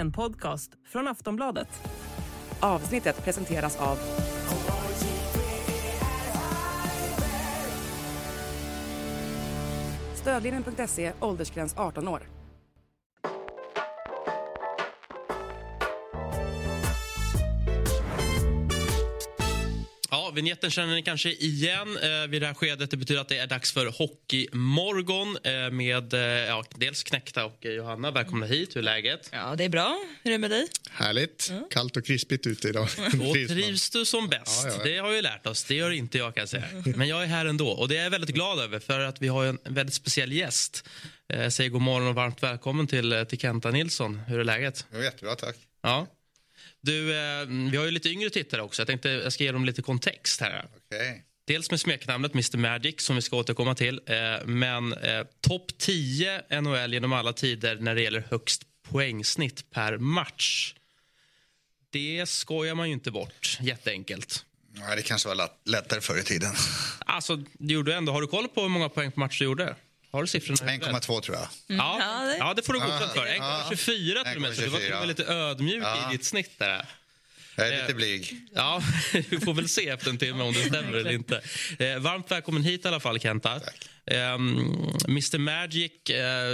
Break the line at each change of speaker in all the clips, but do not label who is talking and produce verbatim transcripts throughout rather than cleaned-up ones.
en podcast från Aftonbladet.
Avsnittet presenteras av Stödlinjen punkt se, åldersgräns arton år.
Ja, vignetten känner ni kanske igen eh, vid det här skedet. Det betyder att det är dags för Hockeymorgon eh, med eh, ja, dels Knäckta och eh, Johanna. Välkomna hit, hur är läget?
Ja, det är bra. Hur är det med dig?
Härligt. Mm. Kallt och krispigt ute idag.
Och trivs du som bäst? Ja, ja. Det har vi lärt oss. Det gör inte jag, kan jag säga. Men jag är här ändå. Och det är jag väldigt glad över, för att vi har en väldigt speciell gäst. Eh, säger god morgon och varmt välkommen till, till Kenta Nilsson. Hur är läget?
Ja, jättebra, tack.
Ja. Du, eh, vi har ju lite yngre tittare också. Jag tänkte jag ska ge dem lite kontext här.
Okay.
Dels med smeknamnet mister Magic som vi ska återkomma till. Eh, men eh, topp tio N H L genom alla tider när det gäller högst poängsnitt per match. Det skojar man ju inte bort, jätteenkelt.
Nej, det kanske var lättare förr i tiden.
Alltså, det gjorde ändå. Har du koll på hur många poäng på match du gjorde? Har du siffrorna?
en komma två tror jag.
Mm. Ja, ja, det får du godkänt för. en komma tjugofyra till och med. Så du var till och med lite ödmjuk ja. i ditt snitt där.
Jag är lite blig.
Ja, vi får väl se efter en timme om det stämmer eller inte. Eh, varmt välkommen hit i alla fall, Kenta. Eh, mister Magic, eh,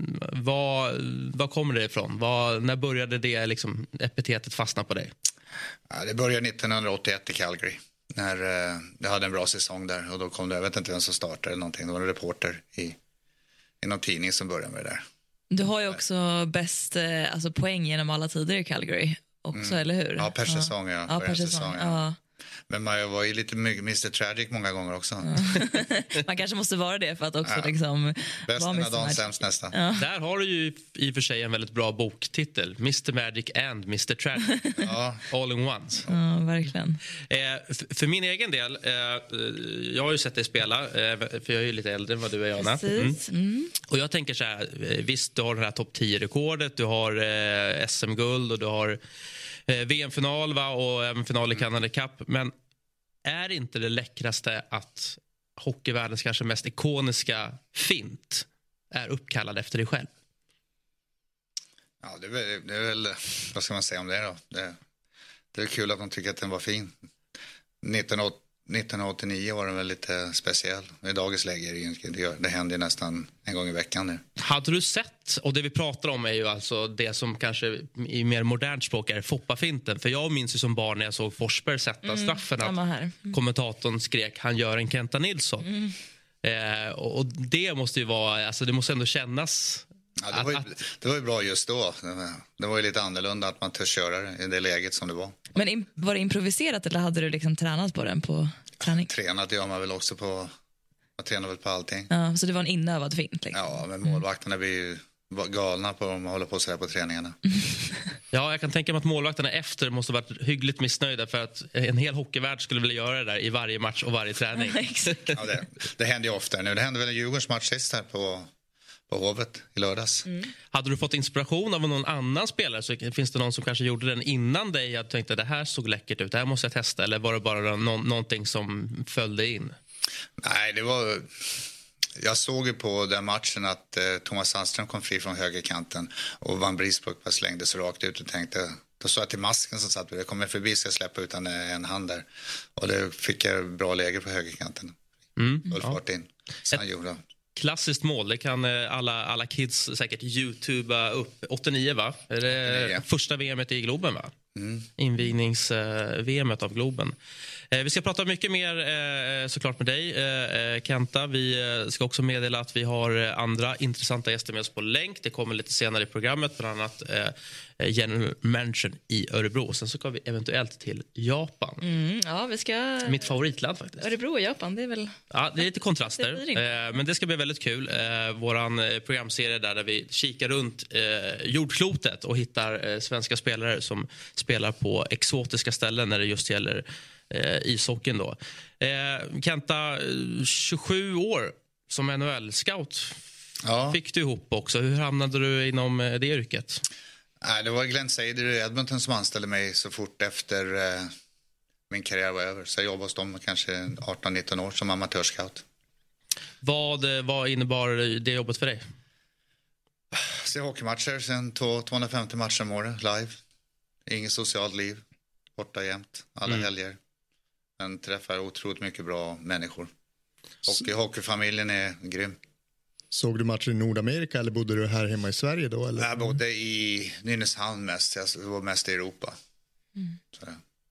vad, vad kommer det ifrån? Vad, när började det liksom, epitetet fastna på dig?
Ja, det började nittonhundraåttioett i Calgary. När eh, jag hade en bra säsong där. Och då kom det, jag vet inte vem som startade eller någonting. Det var en reporter i, i någon tidning som började med det där.
Du har ju också bäst eh, alltså poäng genom alla tider i Calgary. Också, mm. eller hur?
Ja, per säsong, ja.
ja, per säsong, säsong, ja. ja.
Men man var ju lite mister Tragic många gånger också.
Ja. Man kanske måste vara det för att också ja. liksom...
Bäst ena dagen, sämst nästa.
Ja. Där har du ju i och för sig en väldigt bra boktitel. mister Magic and mister Tragic. Ja. All in one.
Ja, verkligen.
Eh, för, för min egen del, eh, jag har ju sett dig spela, eh, för jag är ju lite äldre än vad du är, Jana.
Mm. Mm.
Och jag tänker så här, visst du har det här topp tio-rekordet, du har eh, S M-guld och du har V M-final, va, och även final i Canada Cup. Men är inte det läckraste att hockeyvärldens kanske mest ikoniska fint är uppkallad efter dig själv?
Ja, det är, väl, det är väl, vad ska man säga om det då? Det, det är kul att de tycker att den var fin. nittonhundraåttionio var den väl lite speciell. I dagens läge är det, det händer nästan en gång i veckan nu.
Hade du sett, och det vi pratar om är ju alltså det som kanske i mer modernt språk är Foppa-finten. För jag minns ju som barn när jag såg Forsberg sätta mm, straffen att mm. kommentatorn skrek, han gör en Kenta Nilsson. Mm. Eh, och, och det måste ju vara, alltså det måste ändå kännas...
Ja, det, var ju, det var ju bra just då. Det var ju lite annorlunda att man törs köra det i det läget som det var.
Men in, var det improviserat eller hade du liksom tränat på den på träning?
Tränat gör man väl också på... Man tränar väl på allting.
Ja, så det var en inövad fint liksom.
Ja, men målvakterna blir ju galna på om man håller på så här på träningarna.
Ja, jag kan tänka mig att målvakterna efter måste ha varit hyggligt missnöjda, för att en hel hockeyvärld skulle vilja göra det där i varje match och varje träning.
Ja, det, det händer ju ofta nu. Det hände väl en Djurgårdens match sist här på... på Hovet i lördags. Mm.
Hade du fått inspiration av någon annan spelare, så finns det någon som kanske gjorde den innan dig? Jag tänkte det här såg läckert ut, det här måste jag testa. Eller var det bara no- någonting som följde in?
Nej, det var... Jag såg ju på den matchen att eh, Thomas Sandström kom fri från högerkanten och Van Brisbrook bara slängde sig rakt ut och tänkte... Då sa jag till masken som satt, det kommer förbi, ska släppa utan en hand där. Och det fick jag bra läge på högerkanten.
Mm.
Full
Ja.
fart in. Sen Ett... gjorde
klassiskt mål, det kan alla, alla kids säkert YouTubea upp. åttionio, va? Är det åttionio. Första V M:et i Globen, va? Mm. Invignings-V M:et av Globen. Eh, vi ska prata mycket mer eh, såklart med dig, eh, Kenta. Vi eh, ska också meddela att vi har andra intressanta gäster med oss på länk. Det kommer lite senare i programmet, bland annat eh, General Mansion i Örebro. Sen så ska vi eventuellt till Japan.
Mm, ja, vi ska...
Mitt favoritland faktiskt.
Örebro och Japan, det är väl...
Ja, det är lite kontraster.
det
eh, men det ska bli väldigt kul. Eh, våran programserie där, där vi kikar runt eh, jordklotet och hittar eh, svenska spelare som spelar på exotiska ställen när det just gäller eh, ishockeyn då. Eh, Kenta, tjugosju år som N H L-scout ja. Fick du ihop också. Hur hamnade du inom det yrket?
Nej, det var Glenn Seider i Edmonton som anställde mig så fort efter eh, min karriär var över. Så jag jobbade hos dem kanske arton nitton år som amatörscout.
Vad, vad innebar det jobbet för dig?
ser hockeymatcher sen tvåhundrafemtio matcher om året live. Inget socialt liv. Borta jämt. Alla mm. helger. Men träffar otroligt mycket bra människor. Och hockeyfamiljen är grym.
Såg du matcher i Nordamerika eller bodde du här hemma i Sverige då? Eller?
Jag bodde i Nynäshamn mest. Jag var mest i Europa. Mm. Så.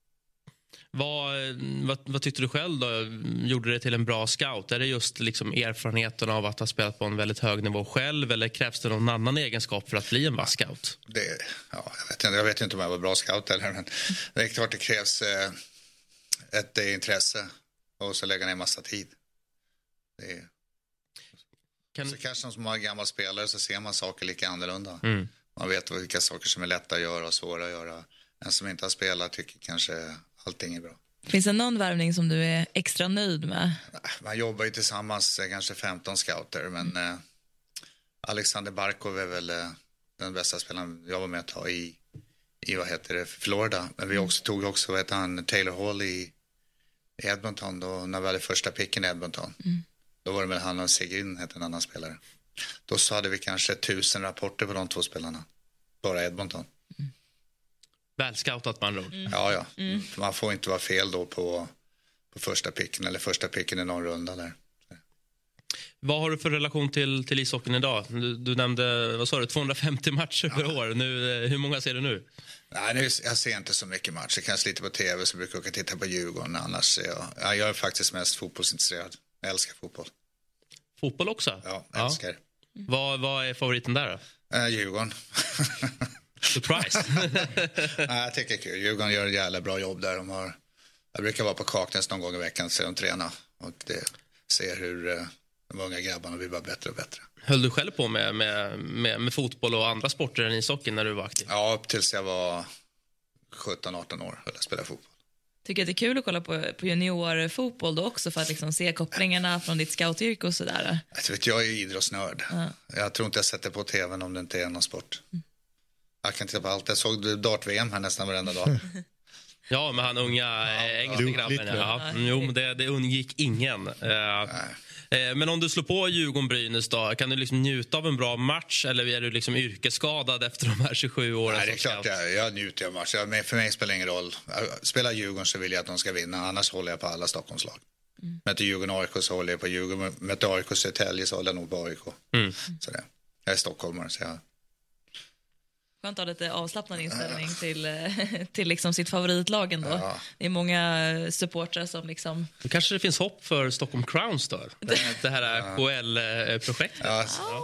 Vad, vad, vad tyckte du själv då? Gjorde det till en bra scout? Är det just liksom erfarenheten av att ha spelat på en väldigt hög nivå själv, eller krävs det någon annan egenskap för att bli en vass scout?
Det, ja, jag, vet inte, jag vet inte om jag var bra scout eller, men det är klart det krävs eh, ett eh, intresse och så lägga ner massa tid. Det är, kan... Så kanske som man är gammal spelare så ser man saker lika annorlunda. Mm. Man vet vilka saker som är lätta att göra och svåra att göra. En som inte har spelat tycker kanske allting är bra.
Finns det någon värvning som du är extra nöjd med?
Man jobbar ju tillsammans kanske femton scouter, men mm. eh, Alexander Barkov är väl eh, den bästa spelaren jag var med att ha i, i vad heter det, Florida. Men vi också, tog också vad heter han, Taylor Hall i, i Edmonton då, när vi hade första picken i Edmonton. Mm. Då var det med han och Seguin, hette en annan spelare. Då så hade vi kanske tusen rapporter på de två spelarna. Bara Edmonton.
Mm. Välscoutat man mm.
Ja, ja. Mm. Man får inte vara fel då på, på första picken eller första picken i någon runda där.
Vad har du för relation till, till ishockeyn idag? Du, du nämnde, vad sa du, tvåhundrafemtio matcher per ja. år. Nu, hur många ser du nu?
Nej, nu, jag ser inte så mycket matcher. Kanske lite på tv så brukar jag åka titta på Djurgården. Annars är jag, jag är faktiskt mest fotbollsintresserad. Jag älskar fotboll.
Fotboll också?
Ja, jag älskar.
Ja. Vad, vad är favoriten där då?
Äh, Djurgården.
Surprise.
Nej, jag tycker kul. Djurgården gör ett jävla bra jobb där. De har, jag brukar vara på Kaknäs någon gång i veckan så de tränar. Och det, ser hur uh, de unga grabbarna blir bara bättre och bättre.
Höll du själv på med, med, med, med fotboll och andra sporter än ishockey när du var aktiv?
Ja, upp tills jag var sjutton arton år höll jag spela fotboll.
Tycker att det är kul att kolla på, på juniorfotboll då också för att liksom se kopplingarna från ditt scoutyrke och sådär?
Jag vet, jag är idrottsnörd. Uh. Jag tror inte jag sätter på tvn om det inte är någon sport. Mm. Jag kan titta på allt. Jag såg dart-V M här nästan varenda dag.
Ja, men han unga ja, engelska ja, grabben. Ja. Jo, det, det undgick ingen. Uh, men om du slår på Djurgården-Brynäs då, kan du liksom njuta av en bra match eller är du liksom yrkesskadad efter de här tjugosju åren?
Nej, det är klart jag, jag njuter av match. Jag, för mig spelar det ingen roll. Spelar Djurgården så vill jag att de ska vinna. Annars håller jag på alla Stockholmslag. Mm. Möter Djurgården och A I K så håller jag på Djurgården. Möter A I K Södertälje så håller jag nog på A I K. Mm. Så det. Jag är stockholmare så jag...
Skönt att ha lite avslappnad inställning till, till liksom sitt favoritlag ändå. Ja. Det är många supportrar som liksom...
Då kanske det finns hopp för Stockholm Crowns då? Det här K L-projektet. Ja. Ja.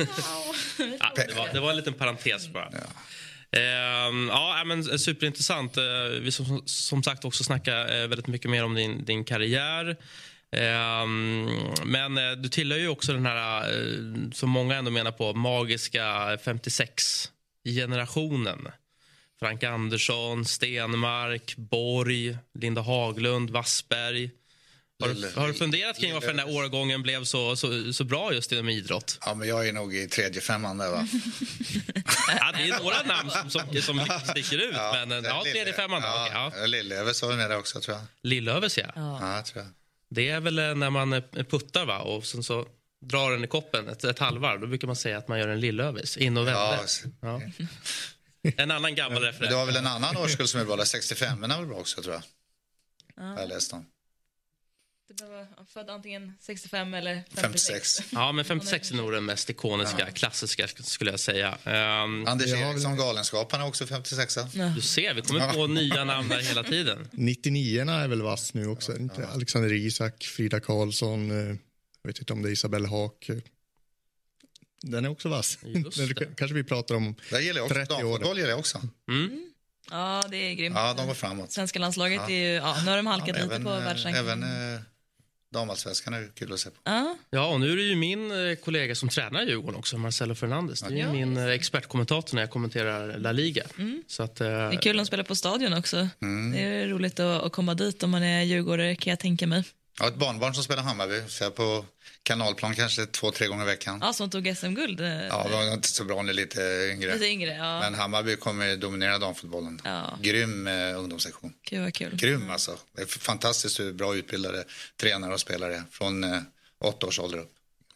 Ja, det, var, det var en liten parentes bara. Ja. Uh, ja, men superintressant. Uh, vi som, som sagt också snackar uh, väldigt mycket mer om din, din karriär. Uh, men uh, du tillhör ju också den här, uh, som många ändå menar på, magiska femtiosex-generationen. Frank Andersson, Stenmark, Borg, Linda Haglund, Wassberg. Har du, har du funderat kring varför den här årgången blev så, så, så bra just inom idrott?
Ja, men jag är nog i tredje femman där, va?
Ja, det är några namn som, som, som sticker ut, ja, men ja, tredje femman.
Ja,
okay, ja.
Lillövers har vi med det också, tror jag.
Lillövers, ja.
Ja, ja tror jag.
Det är väl när man puttar, va? Och sen så drar den i koppen ett, ett halvvarv. Då brukar man säga att man gör en Lillövers in och vänder. Ja, ja. En annan gammal referens.
Det var väl en annan årskull som är bra, sextiofem, men det var bra också, tror jag.
Ja.
Jag läste om.
Du var född antingen sextiofem eller femtiosex.
femtiosex.
Ja, men femtiosex är nog den mest ikoniska, ja. klassiska skulle jag säga. Um,
Anders Eriksson, Galenskaparna, också femtiosex.
Ja. Du ser, vi kommer på nya namn där hela tiden.
nittionio är väl vass nu också. Ja. Alexander Isak, Frida Karlsson, jag vet inte om det är Isabelle Haak. Den är också vass. Kanske vi pratar om trettio år.
Då gäller det också.
Mm. Ja, det är grymt.
Ja, de går framåt.
Svenska landslaget ja. är ju, ja, nu har de halkat ja, lite även, på världsrankingen.
Även eh, damallsvenskan är kul att se på.
Ja. Ja, och nu är det ju min eh, kollega som tränar Djurgården också, Marcelo Fernandes. Det är ja. ju min eh, expertkommentator när jag kommenterar La Liga. Mm. Så att, eh, det
är kul att spela på stadion också. Mm. Det är roligt att, att komma dit om man är djurgårdare, kan jag tänka mig.
Ja, ett barnbarn som spelar Hammarby. Så jag på kanalplan kanske två, tre gånger i veckan.
Ja, som tog S M-guld.
Ja, det var inte så bra, hon är lite yngre.
Lite yngre, ja.
Men Hammarby kommer dominera damfotbollen. Ja. Grym eh, ungdomssektion.
Gud vad kul.
Grym alltså. Det är fantastiskt hur bra utbildade tränare och spelare från eh, åtta års ålder upp.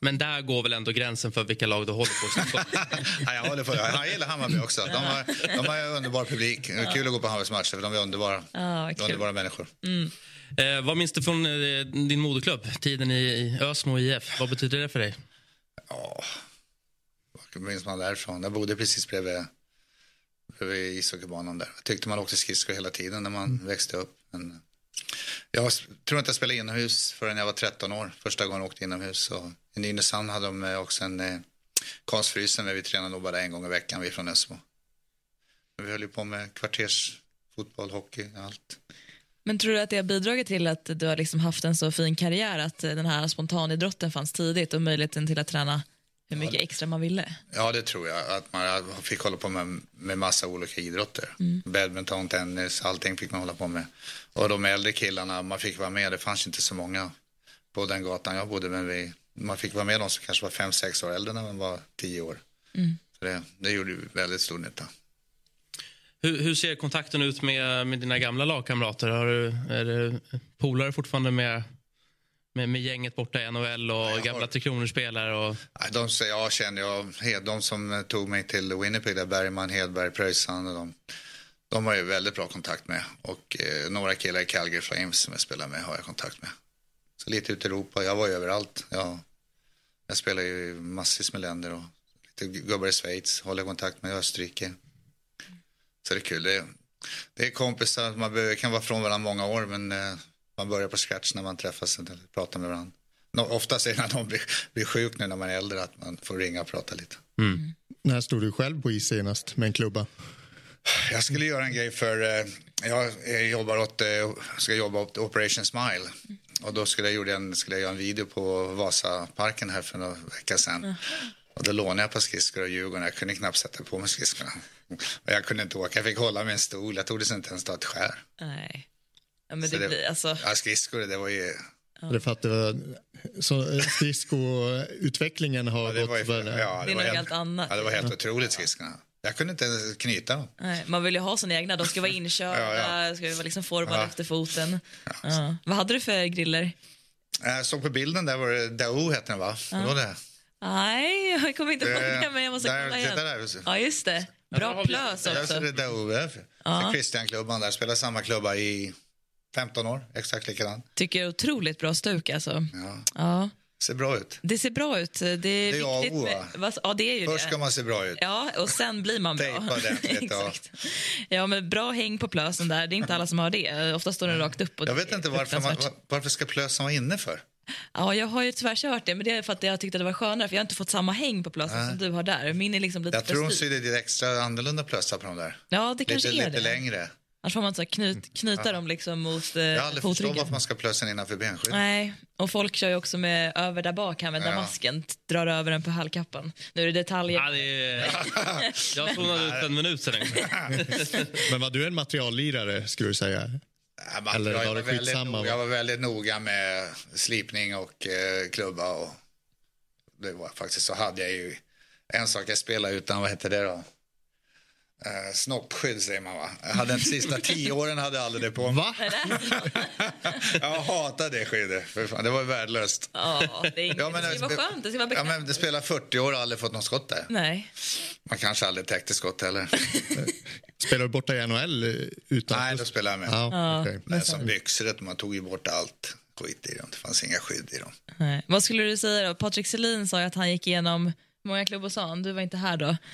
Men där går väl ändå gränsen för vilka lag du håller på.
Ja, jag håller på. Jag gillar Hammarby också. De har, de har en underbar publik. Det är kul att gå på Hammarbys matcher för de är underbara,
ja,
underbara människor.
Mm. Eh, vad minns du från eh, din moderklubb? Tiden i, i Ösmo I F. Vad betyder det för dig?
Ja, vad minns man därifrån? Jag bodde precis bredvid, bredvid ishockeybanan där. Jag tyckte man åkte skridskor hela tiden när man mm. växte upp. Men jag tror inte jag spelade inomhus förrän jag var tretton år. Första gången jag åkte inomhus. Och i Nynäshamn hade de också en eh, konstfrysen där vi tränade nog bara en gång i veckan, vi från Ösmo. Vi höll ju på med kvartersfotboll, hockey, allt.
Men tror du att det har bidragit till att du har liksom haft en så fin karriär, att den här spontanidrotten fanns tidigt och möjligheten till att träna hur mycket ja, extra man ville?
Ja, det tror jag. Att man fick hålla på med, med massa olika idrotter. Mm. Badminton, tennis, allting fick man hålla på med. Och de äldre killarna, man fick vara med. Det fanns inte så många på den gatan jag bodde, men vi, man fick vara med de som kanske var fem sex år äldre när man var tio år. Mm. Så det, det gjorde ju väldigt stor nytta.
Hur, hur ser kontakten ut med, med dina gamla lagkamrater? Har du, är det polare fortfarande med, med, med gänget borta i N H L och ja, gamla har... Tre Kronor-spelare? Och...
De jag känner jag, de som tog mig till Winnipeg, där Bergman, Hedberg, Pröjsan och de, de har ju väldigt bra kontakt med. Och eh, några killar i Calgary Flames som jag spelar med har jag kontakt med. Så lite ut i Europa, jag var ju överallt. Jag, jag spelar ju massvis med länder och lite gubbar i Schweiz, håller kontakt med Österrike. Så det är kul. Det är, det är kompisar, man behöver, kan vara från varandra många år, men eh, man börjar på scratch när man träffas och pratar med varandra. No, oftast är det när de blir, blir sjuk nu när man är äldre att man får ringa och prata lite.
Mm. När stod du själv på is senast med en klubba?
Jag skulle göra en grej för, eh, jag, jag jobbar åt, eh, ska jobba åt Operation Smile. Och då skulle jag, göra en, skulle jag göra en video på Vasaparken här för några veckor sedan. Mm. Och då lånade jag på skridskor och Djurgården. Jag kunde knappt sätta på mig skridskorna. Och jag kunde inte åka. Jag fick hålla med en stol. Jag tog det inte ens ta ett skär.
Nej. Ja, men det, det blir alltså...
Ja, skridskor, det var ju...
Ja. Det för att det var... Så skridskoutvecklingen har
ja,
gått...
Ju... Ja, det,
det är
var
något
helt...
helt annat.
Ja, det var helt ja. otroligt skridskorna. Jag kunde inte ens knyta dem.
Nej, man vill ju ha sina egna. De ska vara inkörda. ja, ja. Ska vara liksom formade ja. efter foten. Ja. Ja. Vad hade du för griller?
Jag såg på bilden där var det Dao heter den, va? Ja. Vad var det?
Nej, jag kommer inte ihåg det, men jag måste
där,
kolla igen.
Där.
Ja, just det. Bra plös också.
Där är det Dao. Ja. Christian-klubban där. Spelar samma klubba i femton år. Exakt likadant.
Tycker jag är otroligt bra stuk, alltså.
Ja.
Ja.
Ser bra ut.
Det ser bra ut. Det är, det är viktigt med, vad, ja, det är ju
Först
det.
ska man se bra ut.
Ja, och sen blir man bra. Exakt. Ja, men bra häng på plösen där. Det är inte alla som har det. Ofta står den rakt upp. Och
jag vet inte varför, man, varför ska plösen vara inne för?
Ja, jag har ju tyvärr kört det, men det är för att jag tyckte det var skönare, för jag har inte fått samma häng på plösen äh. som du har där. Min är liksom lite
jag tror hon sydde det extra annorlunda plösar på de där.
Ja, det kanske
lite,
är
lite
det.
längre.
Annars får man så knut, knyta ja. dem liksom mot eh,
jag har aldrig förstått varför man ska plösa innanför benskydd.
Nej, och folk kör ju också med över där bak här med ja. masken, drar över den på halvkappan. Nu är det detaljer.
Ja, det är... jag zonade ut en minut sedan.
Men var du en materiallirare, skulle du säga?
Ja, eller var, var det skitsamma? Noga, jag var väldigt noga med slipning och eh, klubba. Och det var faktiskt så hade jag ju en sak jag spelade utan, vad heter det då? Eh, snoppskydd säger man, va? Jag hade de sista tio åren hade jag aldrig det på.
Va?
Jag hatade det skyddet. För fan, det var värdelöst.
Ja, det är ja, men, det ska vara skönt. Det ska vara bekvämt.
Ja, men det spelar fyrtio år och aldrig fått något skott där.
Nej.
Man kanske aldrig täckte skott heller.
Spelar du borta i N H L utan?
Nej, då spelar jag med.
Ja, okay.
Men som byxor, man tog ju bort allt skit i dem. Det fanns inga skydd i dem.
Nej. Vad skulle du säga då? Patrik Selin sa att han gick igenom, hur många klubbar sa han? Du var inte här då.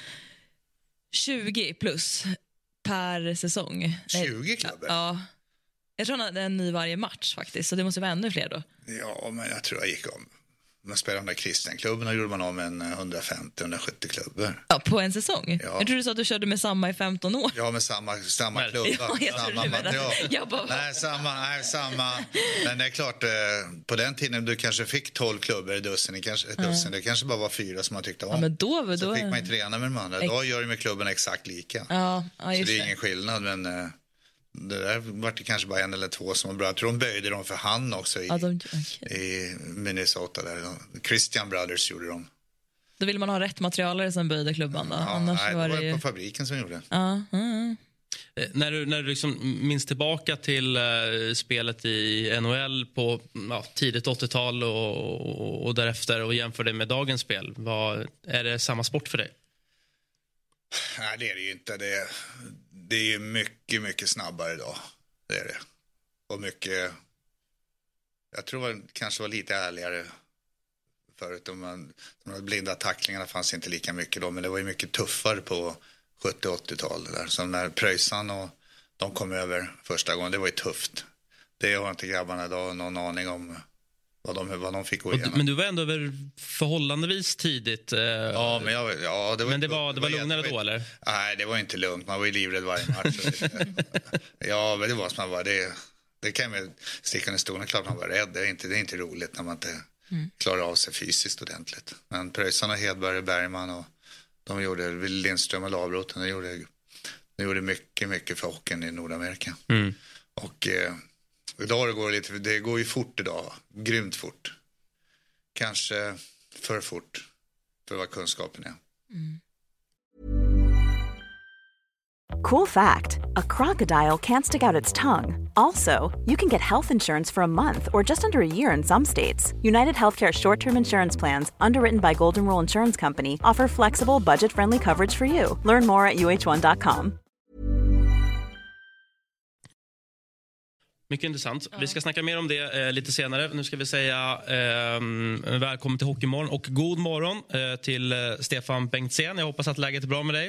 tjugo plus per säsong.
tjugo klubbar?
Ja. Jag tror att det är en ny varje match faktiskt, så det måste vara ännu fler då.
Ja, men jag tror jag gick om. Man spelade de där Christian-klubbarna, gjorde man om en hundrafemtio till hundrasjuttio klubbor.
Ja, på en säsong?
Ja.
Jag tror du sa att du körde med samma i femton år.
Ja, med samma, samma klubba, ja, samma material.
Jag bara...
Nej, samma, nej, samma. Men det är klart, på den tiden du kanske fick tolv klubbor i dussin, kanske, ett dussin, mm. det kanske bara var fyra som man tyckte om.
Ja, men då, då...
Så fick man ju träna med de andra. Då gör det med klubben exakt lika.
Ja, ja, just
så det är
det.
ingen skillnad, men... Det där var det kanske bara en eller två som var bra. Jag tror de böjde dem för hand också i,
ja, de, okay.
i Minnesota. Där. Christian Brothers gjorde dem.
Då vill man ha rätt materialare som böjde klubban då?
Ja,
annars
nej,
var
det var
det ju...
på fabriken som gjorde det.
Ja, mm.
När du, när du liksom minns tillbaka till uh, spelet i N H L på ja, tidigt åttiotal och, och, och därefter och jämför det med dagens spel, vad, är det samma sport för dig?
Nej, det är det ju inte. Det är, det är ju mycket, mycket snabbare idag. Det är det. Och mycket... Jag tror det kanske var lite ärligare förut. De, man, de blinda tacklingarna fanns inte lika mycket då, men det var ju mycket tuffare på sjuttio- och åttiotalet där. Som när Pröjsan och de kom över första gången, det var ju tufft. Det har inte grabbarna idag någon aning om vad de, vad de fick gå igenom.
Men du var ändå över förhållandevis tidigt. Eh,
ja, men, jag, ja, det var,
men det var, det var, det var lugnare då, eller?
Nej, det var inte lugnt. Man var ju livrädd varje match. Ja, men det var som man var. Det, det kan ju sticka under stolen, klart man var rädd. Det är inte, det är inte roligt när man inte mm. klarar av sig fysiskt ordentligt. Men Pröjsan och Hedberg och Bergman och de gjorde, Lindström och Lavroten, de gjorde, de gjorde mycket, mycket för hockeyn i Nordamerika. Mm. Och eh, idag det går lite, det går ju fort idag, grymt fort. Kanske för fort för vad kunskapen är. Mm.
Cool fact, a crocodile can't stick out its tongue. Also, you can get health insurance for a month or just under a year in some states. United Healthcare short-term insurance plans, underwritten by Golden Rule Insurance Company, offer flexible, budget-friendly coverage for you. Learn more at U H one dot com.
Mycket intressant. Ja. Vi ska snacka mer om det eh, lite senare. Nu ska vi säga eh, välkommen till Hockeymorgon och god morgon eh, till eh, Stefan Bengtzén. Jag hoppas att läget är bra med dig.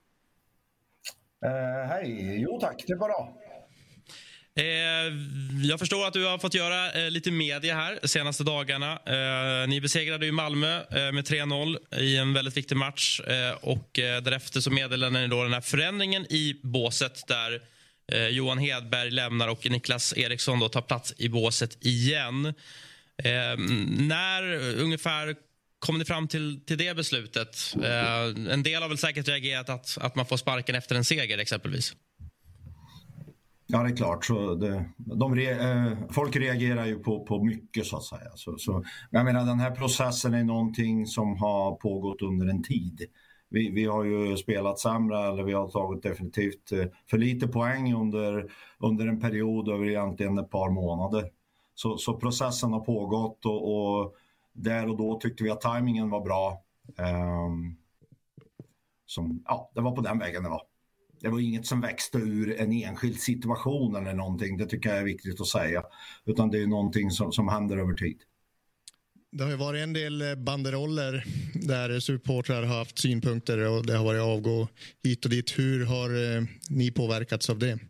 Uh, hej, jo tack, det är bra.
Eh, jag förstår att du har fått göra eh, lite media här de senaste dagarna. Eh, ni besegrade ju Malmö eh, med tre noll i en väldigt viktig match. Eh, och eh, därefter så meddelade ni då den här förändringen i båset där eh, Johan Hedberg lämnar och Niklas Eriksson då tar plats i båset igen. Eh, när ungefär kom ni fram till, till det beslutet? Eh, en del har väl säkert reagerat att, att man får sparken efter en seger exempelvis.
Ja, det är klart. Så det, de re, eh, folk reagerar ju på, på mycket så att säga. Så, så, jag menar, den här processen är någonting som har pågått under en tid. Vi, vi har ju spelat sämre, eller vi har tagit definitivt eh, för lite poäng under, under en period över egentligen ett par månader. Så, så processen har pågått och, och där och då tyckte vi att tajmingen var bra. Um, som, ja, det var på den vägen det var. Det var inget som växte ur en enskild situation eller någonting. Det tycker jag är viktigt att säga. Utan det är någonting som, som händer över tid.
Det har ju varit en del banderoller där supportrar har haft synpunkter och det har varit avgå hit och dit. Hur har eh, ni påverkats av det?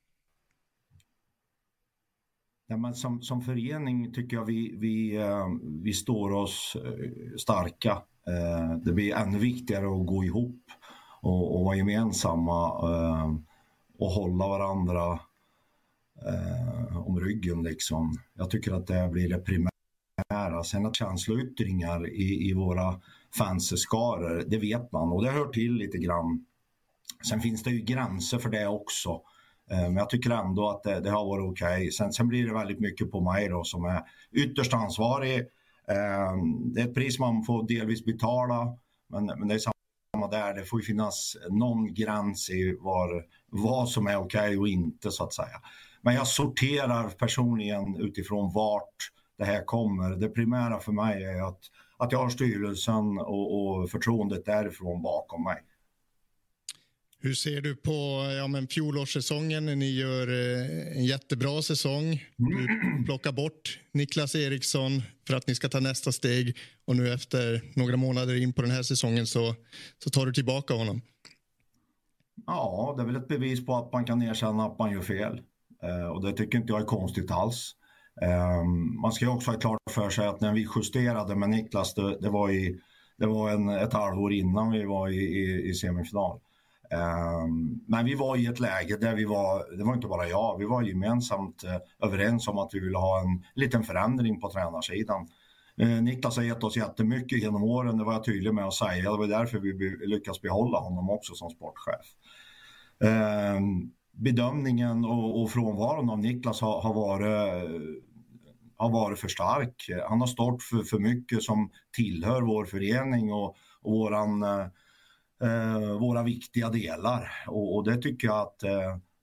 Ja, men som, som förening tycker jag vi, vi, uh, vi står oss uh, starka. Uh, det blir ännu viktigare att gå ihop och, och vara gemensamma uh, och hålla varandra uh, om ryggen. Liksom. Jag tycker att det blir det primära. Sen att känsloyttringar i, i våra fanseskaror, det vet man och det hör till lite grann. Sen finns det ju gränser för det också. Men jag tycker ändå att det, det har varit okej. Okay. Sen, sen blir det väldigt mycket på mig då, som är ytterst ansvarig. Eh, det är ett pris man får delvis betala. Men, men det är samma där. Det får ju finnas någon gräns i var, vad som är okej okay och inte så att säga. Men jag sorterar personligen utifrån vart det här kommer. Det primära för mig är att, att jag har styrelsen och, och förtroendet därifrån bakom mig.
Hur ser du på ja, men fjolårssäsongen? Ni gör eh, en jättebra säsong. Du plockar bort Niklas Eriksson för att ni ska ta nästa steg. Och nu efter några månader in på den här säsongen så, så tar du tillbaka honom.
Ja, det är väl ett bevis på att man kan erkänna att man gör fel. Eh, och det tycker inte jag är konstigt alls. Eh, man ska ju också ha klart för sig att när vi justerade med Niklas, det, det var, i, det var en, ett halvår innan vi var i, i, i semifinal. Um, men vi var i ett läge där vi var, det var inte bara jag, vi var gemensamt uh, överens om att vi ville ha en liten förändring på tränarsidan. Uh, Niklas har gett oss jättemycket genom åren, det var jag tydlig med att säga. Det var därför vi be- lyckas behålla honom också som sportchef. Uh, bedömningen och, och frånvaron av Niklas har, har, varit, har varit för stark. Han har stått för, för mycket som tillhör vår förening och, och våran uh, Uh, våra viktiga delar och, och det tycker jag att uh,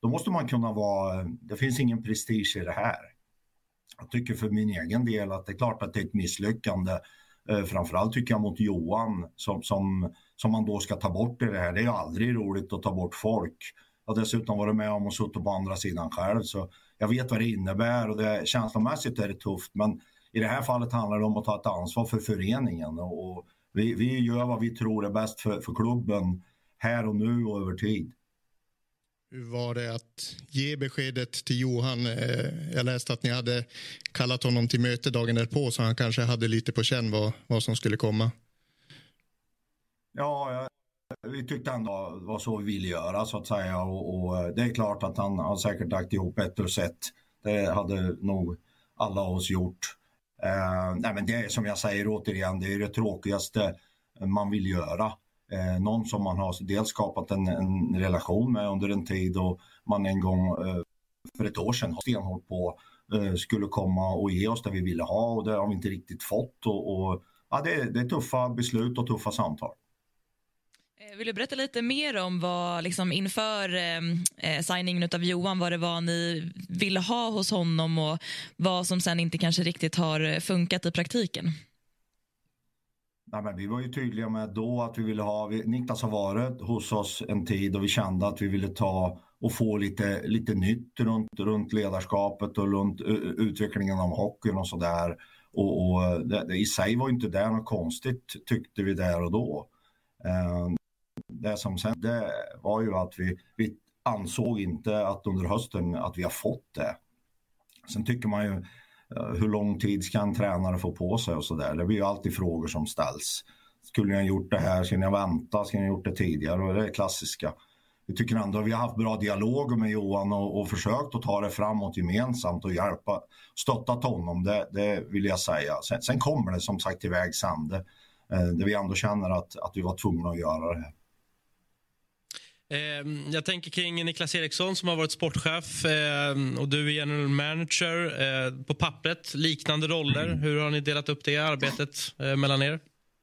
då måste man kunna vara, det finns ingen prestige i det här. Jag tycker för min egen del att det är klart att det är ett misslyckande. Eh, framförallt tycker jag mot Johan som, som, som man då ska ta bort i det här. Det är ju aldrig roligt att ta bort folk. Jag har dessutom varit med om och suttit på andra sidan själv, så jag vet vad det innebär, och det, känslomässigt är det tufft, men i det här fallet handlar det om att ta ett ansvar för föreningen, och, och vi, vi gör vad vi tror är bäst för, för klubben här och nu och över tid.
Hur var det att ge beskedet till Johan? Jag läste att ni hade kallat honom till möte dagen därpå, så han kanske hade lite på känn vad, vad som skulle komma.
Ja, jag, vi tyckte ändå var så vi ville göra, så att säga, och, och det är klart att han har säkert lagt ihop ett plus ett. Det hade nog alla oss gjort. Eh, nej, men det är som jag säger återigen, det är det tråkigaste man vill göra. Eh, någon som man har dels skapat en, en relation med under en tid, och man en gång eh, för ett år sedan har stenhårt på eh, skulle komma och ge oss det vi ville ha, och det har vi inte riktigt fått. Och, och, ja, det, det är tuffa beslut och tuffa samtal.
Vill du berätta lite mer om vad liksom, inför eh, signingen av Johan, vad det var ni ville ha hos honom och vad som sen inte kanske riktigt har funkat i praktiken?
Nej, men vi var ju tydliga med då att vi ville ha, vi, Niklas har varit hos oss en tid och vi kände att vi ville ta och få lite, lite nytt runt, runt ledarskapet och runt uh, utvecklingen av hockeyn och sådär. Och, och det, det i sig var inte det något konstigt, tyckte vi där och då. Uh, Det som sen det var ju att vi, vi ansåg inte att under hösten att vi har fått det. Sen tycker man ju uh, hur lång tid ska en tränare få på sig och sådär. Det blir ju alltid frågor som ställs. Skulle ni ha gjort det här? Ska ni ha väntat? Ska ni ha gjort det tidigare? Och det är klassiska. Vi tycker ändå att vi har haft bra dialog med Johan och, och försökt att ta det framåt gemensamt och hjälpa, stöttat honom. Det, det vill jag säga. Sen, sen kommer det som sagt till vägs ände. Uh, där vi ändå känner att, att vi var tvungna att göra det här.
Jag tänker kring Niklas Eriksson som har varit sportchef och du är general manager. På pappret, liknande roller. Hur har ni delat upp det arbetet mellan er?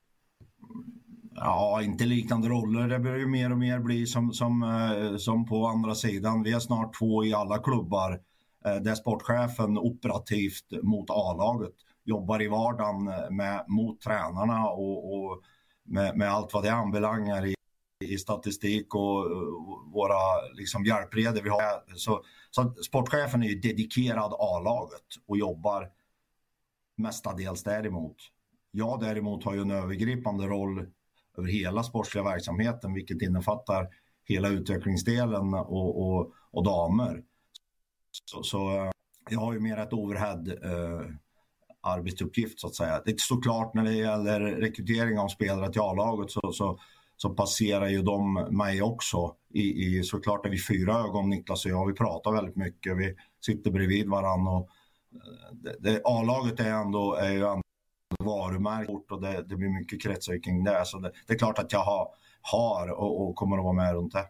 Ja, inte liknande roller. Det börjar ju mer och mer bli som, som, som på andra sidan. Vi är snart två i alla klubbar där sportchefen operativt mot A-laget jobbar i vardagen med, mot tränarna och, och med, med allt vad det anbelangar i i statistik och våra liksom hjälpreder vi har. Så, så sportchefen är ju dedikerad A-laget och jobbar mestadels däremot. Jag däremot har ju en övergripande roll över hela sportsliga verksamheten, vilket innefattar hela utvecklingsdelen och, och, och damer. Så, så jag har ju mer ett overhead eh, arbetsuppgift så att säga. Det är såklart när det gäller rekrytering av spelare till A-laget så, så så passerar ju de mig också. I, i, såklart är vi fyra ögon, Niklas och jag. Vi pratar väldigt mycket. Vi sitter bredvid varandra. Och det, det, A-laget är, ändå, är ju ändå varumärkt och det, det blir mycket kretsar kring det. Så det, det är klart att jag har, har och, och kommer att vara med runt det.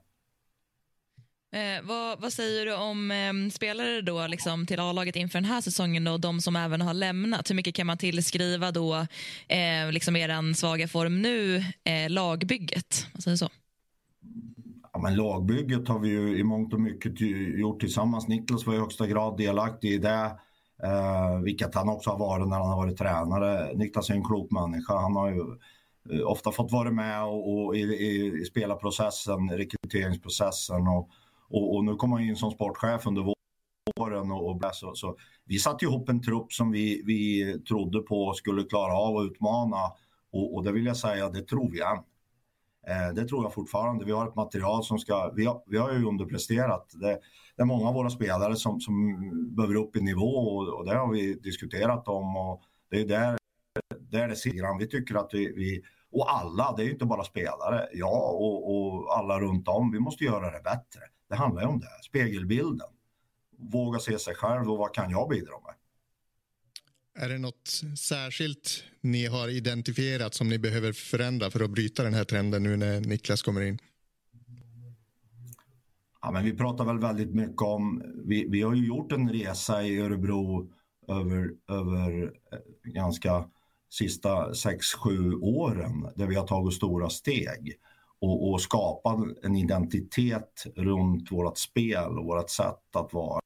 Eh, vad, vad säger du om eh, spelare då liksom, till A-laget inför den här säsongen och de som även har lämnat? Hur mycket kan man tillskriva då eh, liksom eran svaga form nu eh, lagbygget? Vad säger du så?
Ja, men lagbygget har vi ju i mångt och mycket gjort tillsammans. Niklas var i högsta grad delaktig i det, eh, vilket han också har varit när han har varit tränare. Niklas är en klok människa. Han har ju eh, ofta fått vara med och, och i, i, i spelarprocessen, rekryteringsprocessen och Och, och nu kommer han in som sportchef under våren och, och så, så vi satte ihop en trupp som vi, vi trodde på skulle klara av att utmana och, och det vill jag säga, det tror vi än. Eh, det tror jag fortfarande. Vi har ett material som ska, vi har, vi har ju underpresterat. Det, det är många av våra spelare som, som behöver upp i nivå och, och det har vi diskuterat om och det är där, där det sitter. Vi tycker att vi, vi och alla, det är ju inte bara spelare, ja och, och alla runt om, vi måste göra det bättre. Det handlar ju om det, spegelbilden. Våga se sig själv och vad kan jag bidra med?
Är det något särskilt ni har identifierat som ni behöver förändra för att bryta den här trenden nu när Niklas kommer in?
Ja, men vi pratar väl väldigt mycket om, vi, vi har ju gjort en resa i Örebro över, över ganska sista sex sju åren där vi har tagit stora steg. och, och skapa en identitet runt vårt spel och vårt sätt att vara.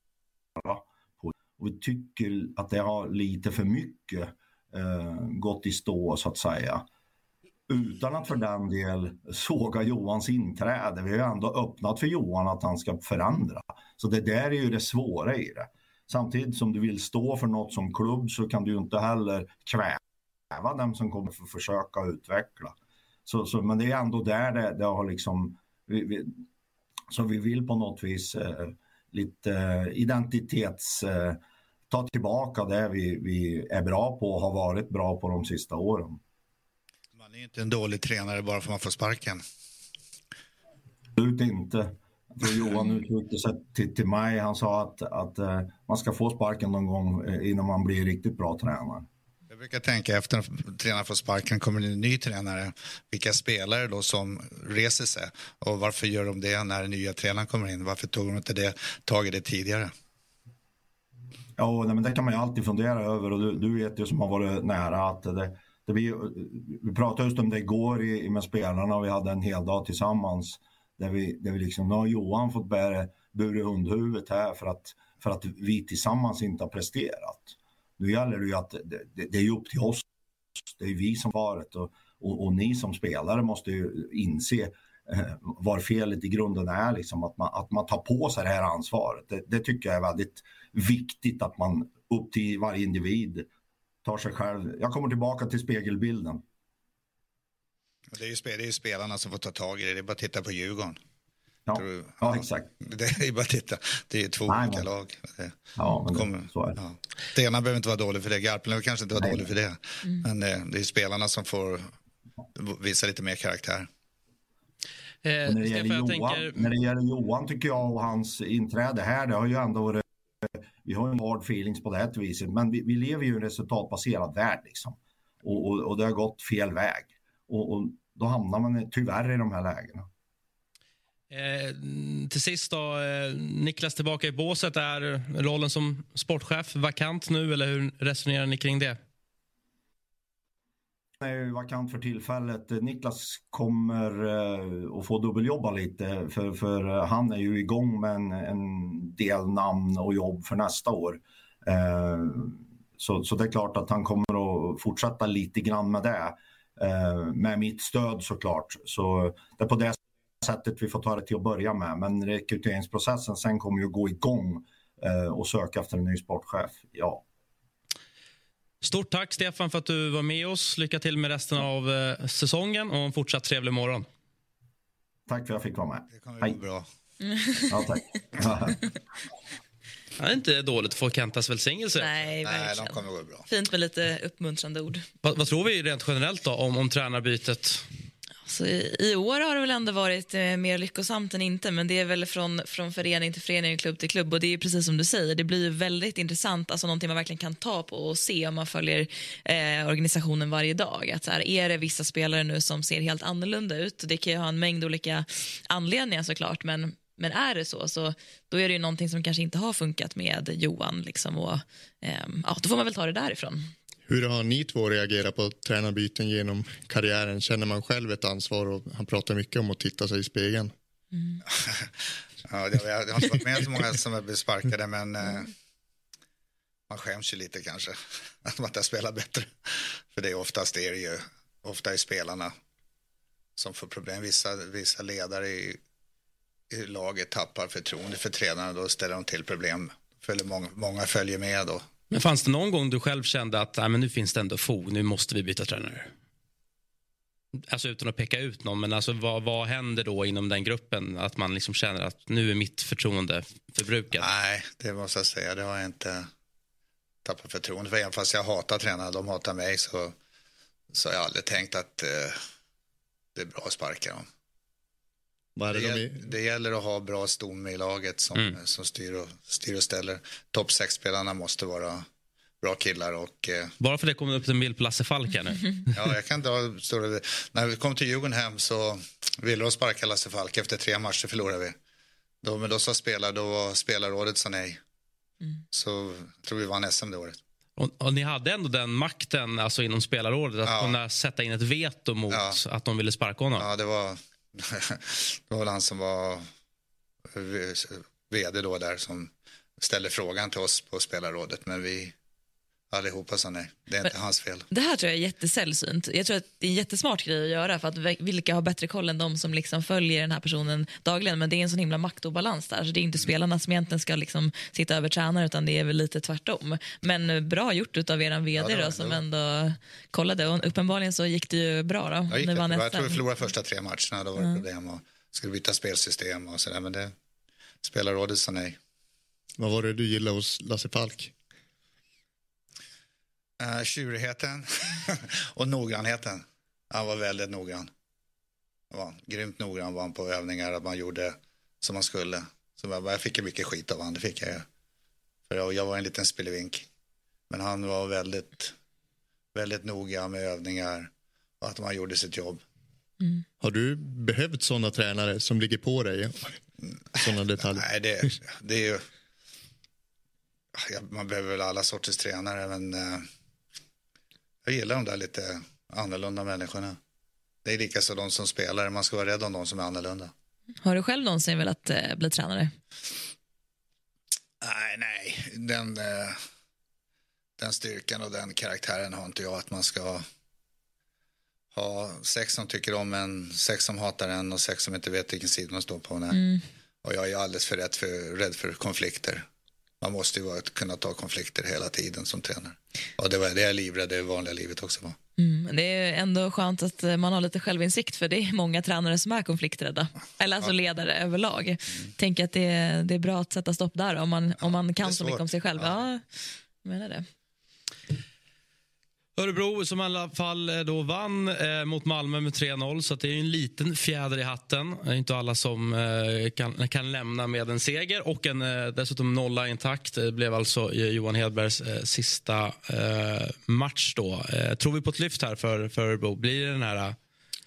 Och vi tycker att det har lite för mycket eh, gått i stå så att säga. Utan att för den del såga Johans inträde. Vi har ändå öppnat för Johan att han ska förändra. Så det där är ju det svåra i det. Samtidigt som du vill stå för något som klubb så kan du ju inte heller kväva dem som kommer för att försöka utveckla. Så, så, men det är ändå där det, det har liksom... Vi, vi, så vi vill på något vis eh, lite eh, identitets... Eh, ta tillbaka det vi, vi är bra på och har varit bra på de sista åren.
Man är inte en dålig tränare bara för att man får sparken.
Absolut inte. För Johan uttryckte sig till, till mig. Han sa att, att uh, man ska få sparken någon gång uh, innan man blir riktigt bra tränare.
Jag brukar tänka efter att tränaren får sparken kommer det en ny tränare. Vilka spelare då som reser sig? Och varför gör de det när den nya tränaren kommer in? Varför tog de inte det, tagit det tidigare?
Ja, nej, men det kan man ju alltid fundera över. Och du, du vet ju som har varit nära att det, det blir, vi pratade just om det igår i, med spelarna och vi hade en hel dag tillsammans. Där vi, där vi liksom, nu har Johan fått bära bur i hundhuvudet här för att, för att vi tillsammans inte har presterat. Nu gäller det ju att det, det, det är upp till oss. Det är vi som varit och, och, och ni som spelare måste ju inse eh, var felet i grunden är. Liksom, att, man, att man tar på sig det här ansvaret. Det, det tycker jag är väldigt viktigt att man upp till varje individ tar sig själv. Jag kommer tillbaka till spegelbilden.
Det är ju, det är ju spelarna som får ta tag i det. Det är bara att titta på Djurgården.
Ja,
du,
ja,
ja
exakt.
Det är bara att titta. Det är två Nej, olika men... lag. Det,
ja, men
kommer,
det, så är det.
Ja. Det ena behöver inte vara dålig för det. Garpenlöv kanske inte var
Nej.
dålig för det. Mm. Men det, det är spelarna som får visa lite mer karaktär.
Eh, när, det gäller Johan, tänker... när det gäller Johan tycker jag och hans inträde här, det har ju ändå varit, vi har ju en hard feelings på det här viset, men vi, vi lever ju i en resultatbaserad värld liksom. Och, och, och det har gått fel väg. Och, och då hamnar man tyvärr i de här lägena.
Eh, till sist då, eh, Niklas tillbaka i båset. Är rollen som sportchef vakant nu eller hur resonerar ni kring det?
Det är vakant för tillfället. Niklas kommer uh, att få dubbeljobba lite för, för uh, han är ju igång med en, en del namn och jobb för nästa år. Uh, så, så det är klart att han kommer att fortsätta lite grann med det. Uh, med mitt stöd såklart. Så det är på det sättet vi får ta det till att börja med. Men rekryteringsprocessen sen kommer ju gå igång uh, och söka efter en ny sportchef. Ja.
Stort tack Stefan för att du var med oss. Lycka till med resten av eh, säsongen och en fortsatt trevlig morgon.
Tack för att jag fick vara med.
Det kommer Hej. Gå bra.
Ja, tack.
Det är inte dåligt att få Kentas välsignelse.
Nej,
Nej, de kommer gå bra.
Fint med lite uppmuntrande ord.
Vad, vad tror vi rent generellt då om, om tränarbytet?
Så i, I år har det väl ändå varit eh, mer lyckosamt än inte, men det är väl från, från förening till förening, klubb till klubb, och det är precis som du säger, det blir ju väldigt intressant, alltså någonting man verkligen kan ta på och se om man följer eh, organisationen varje dag. Att så här, är det vissa spelare nu som ser helt annorlunda ut? Det kan ju ha en mängd olika anledningar såklart, men Men är det så, så då är det ju någonting som kanske inte har funkat med Johan liksom, och eh, ja, då får man väl ta det därifrån.
Hur har ni två reagerat på tränarbyten genom karriären? Känner man själv ett ansvar? Och han pratar mycket om att titta sig i spegeln.
Mm.
Ja, jag, jag har inte varit med så många som är besparkade, men eh, man skäms ju lite kanske att man inte spelar bättre. För det är oftast är det ju, ofta är spelarna som får problem. Vissa, vissa ledare i, i laget tappar förtroende för tränarna, då ställer de till problem. Följer många, många följer med då.
Men fanns det någon gång du själv kände att nej, men nu finns det ändå fog, nu måste vi byta tränare? Alltså utan att peka ut någon, men alltså vad, vad händer då inom den gruppen? Att man liksom känner att nu är mitt förtroende förbrukat?
Nej, det måste jag säga, det har jag inte tappat förtroende för. Även fast jag hatar tränare, de hatar mig, så, så har jag aldrig tänkt att eh, det är bra att sparka dem. Det, det, gäll, det gäller att ha bra stomme i laget som, mm. som styr, och, styr och ställer. Topp sex-spelarna måste vara bra killar. Och, eh...
Bara för det kommer upp en bild på Lasse Falk här nu.
Ja, jag kan dra stora... När vi kom till Djurgården hem så ville de sparka Lasse Falk. Efter tre matcher förlorade vi. Då, men då sa spelare, då var spelarrådet sa nej. Mm. Så jag tror vi vann S M det året.
Och, och ni hade ändå den makten alltså inom spelarrådet att
ja.
kunna sätta in ett veto mot ja. att de ville sparka honom.
Ja, det var... Det var han som var vd då där som ställde frågan till oss på spelarrådet, men vi allihopa sa nej. Det är men, inte hans fel.
Det här tror jag är jättesällsynt. Jag tror att det är en jättesmart grej att göra, för att vilka har bättre koll än de som liksom följer den här personen dagligen, men det är en sån himla maktobalans där, så det är inte spelarna som egentligen ska liksom sitta över tränare, utan det är väl lite tvärtom. Men bra gjort utav eran vd ja, då, som ändå kollade, och uppenbarligen så gick det ju bra då.
Ja, det. Jag tror vi förlorade första tre matcherna, då var det mm. problem och skulle byta spelsystem och sådär, men det spelarrådet sa nej.
Vad var det du gillade hos Lasse Falk?
Uh, tjurigheten och noggrannheten. Han var väldigt noggrann. Han var grymt noggrann var han på övningar, att man gjorde som man skulle. Så jag, jag fick ju mycket skit av han, det fick jag ju. För jag, jag var en liten spillevink. Men han var väldigt, väldigt noga med övningar och att man gjorde sitt jobb.
Mm. Har du behövt sådana tränare som ligger på dig? Sådana detaljer?
Nej, det, det är ju... Man behöver väl alla sorters tränare, men uh, jag gillar de där lite annorlunda människorna. Det är lika så de som spelar, man ska vara rädd om de som är annorlunda.
Har du själv någonsin velat uh, bli tränare?
Nej, nej. Den, uh, den styrkan och den karaktären har inte jag, att man ska ha sex som tycker om en, sex som hatar en och sex som inte vet vilken sida man står på. Mm. Och jag är alldeles för rädd för, rädd för konflikter. Man måste ju kunna ta konflikter hela tiden som tränare. Och det var det jag livrädd det vanliga livet också var.
Mm, det är ändå skönt att man har lite självinsikt, för det är många tränare som är konflikträdda. Eller alltså ja. ledare överlag. Mm. Tänker att det är, det är bra att sätta stopp där om man, ja, om man kan så mycket om sig själv. Ja, ja jag menar det.
Örebro som i alla fall då vann eh, mot Malmö med tre noll, så att det är en liten fjäder i hatten. Det är inte alla som eh, kan, kan lämna med en seger och en eh, dessutom nolla intakt. Det blev alltså Johan Hedbergs eh, sista eh, match då. Eh, tror vi på ett lyft här för, för Örebro? Blir det den här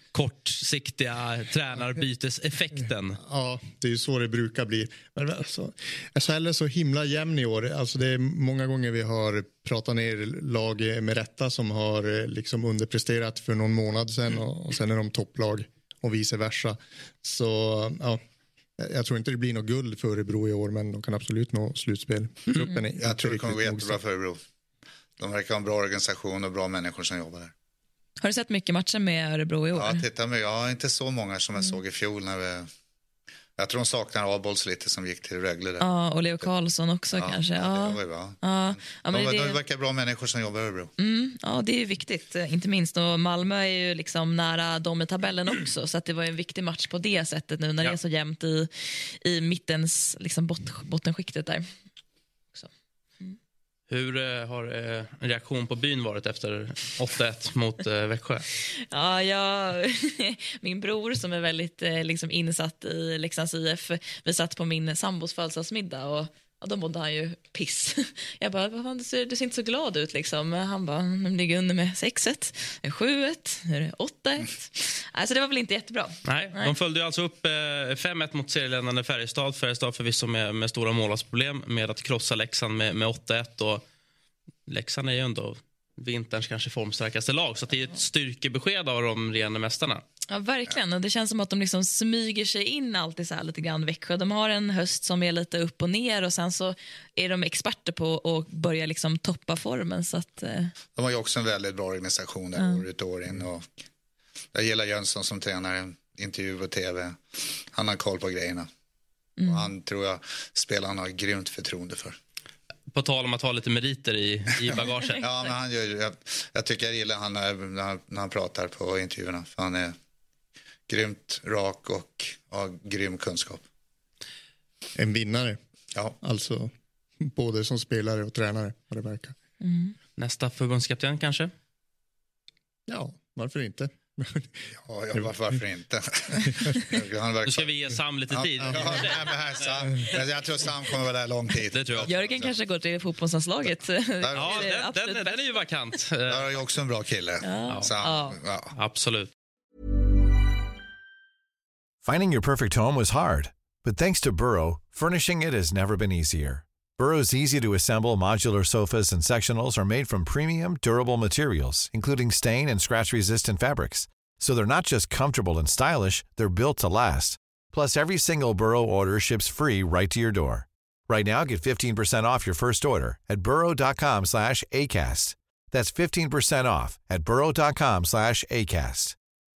kortsiktiga tränarbyteseffekten?
Ja, det är ju så det brukar bli. Men alltså, S H L är så himla jämn i år. Alltså det är många gånger vi har pratat ner lag med rätta som har liksom underpresterat för någon månad sedan och, och sen är de topplag och vice versa. Så ja, jag tror inte det blir något guld för Örebro i år, men de kan absolut nå slutspel.
Mm. Är jag tror det kommer gå jättebra för Örebro. De verkar ha en bra organisation och bra människor som jobbar där.
Har du sett mycket matcher med Örebro i år?
Ja, titta med. Jag har inte så många som jag mm. såg i fjol. När vi, jag tror de saknar Abolls lite som gick till Rögle där.
Ja, och Leo Karlsson också ja, kanske. Ja,
det var ju bra.
Ja. Ja, men
de,
det...
de verkar bra människor som jobbar i Örebro.
Mm, ja, det är ju viktigt. Inte minst. Och Malmö är ju liksom nära dem i tabellen också. Så att det var en viktig match på det sättet nu när ja. det är så jämnt i, i mittens liksom bot, bottenskiktet där. Så.
Mm. Hur eh, har eh, en reaktion på byn varit efter åtta ett mot eh, Växjö?
Ja, jag, min bror som är väldigt eh, liksom insatt i Leksands I F, vi satt på min sambos födelsedagsmiddag och ja, då mådde han ju piss. Jag bara, vad fan, du ser, du ser inte så glad ut liksom. Han bara, de ligger under med sex ett, sju ett, åtta ett. Alltså det var väl inte jättebra.
Nej, Nej. De följde ju alltså upp eh, fem ett mot serieländande Färjestad. Färjestad förvisso med, med stora målvaktsproblem med att krossa Leksand med, med åtta ett. Och Leksand är ju ändå vinterns kanske formstarkaste lag. Så det är ett styrkebesked av de regerande mästarna.
Ja, verkligen. Och det känns som att de liksom smyger sig in alltid så här lite grann Växjö. De har en höst som är lite upp och ner och sen så är de experter på att börja liksom toppa formen. Så att, eh...
De har ju också en väldigt bra organisation där mm. år ut och år in. Och jag gillar Jönsson som tränare, intervju och tv. Han har koll på grejerna. Mm. Och han tror jag spelarna har grymt förtroende för.
På tal om att ha lite meriter i, i bagaget.
Ja, men han gör, jag, jag tycker jag gillar han när, när, han, när han pratar på intervjuerna. För han är grymt rak och har grym kunskap.
En vinnare.
Ja.
Alltså både som spelare och tränare, vad det verkar.
Mm.
Nästa förbundskapten kanske?
Ja, varför inte?
Ja, ja varför, varför inte?
Nu ska vi ge Sam lite tid.
Ja, ja, ja, men här, Sam. Jag tror Sam kommer vara där lång tid.
Det tror jag.
Jörgen kanske går till fotbollslandslaget.
Ja, den, den, den är ju vakant.
Där är ju också en bra kille.
Ja.
Sam,
ja.
Ja.
Absolut.
Finding your perfect home was hard, but thanks to Burrow, furnishing it has never been easier. Burrow's easy-to-assemble modular sofas and sectionals are made from premium, durable materials, including stain and scratch-resistant fabrics. So they're not just comfortable and stylish, they're built to last. Plus, every single Burrow order ships free right to your door. Right now, get fifteen percent off your first order at burrow.com slash ACAST. That's fifteen percent off at burrow.com slash ACAST.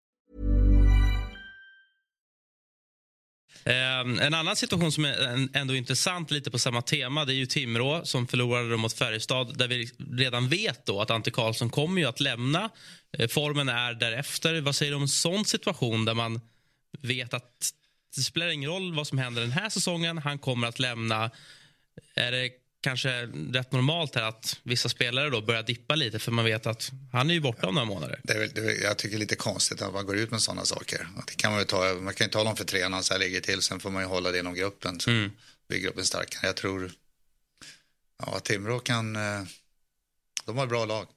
Um, en annan situation som är ändå intressant lite på samma tema, det är ju Timrå som förlorade mot Färjestad, där vi redan vet då att Ante Karlsson kommer ju att lämna. Eh, formen är därefter. Vad säger du om en sån situation där man vet att det spelar ingen roll vad som händer den här säsongen, han kommer att lämna? Är det kanske rätt normalt här att vissa spelare då börjar dippa lite för man vet att han är ju borta om några månader?
Det är väl, det är, jag tycker det är lite konstigt att man går ut med sådana saker. Det kan man, ju ta, man kan ju tala om för tränaren så här ligger till, sen får man ju hålla det inom gruppen så mm. blir gruppen starkare. Jag tror ja, Timrå kan, de har ett bra lag.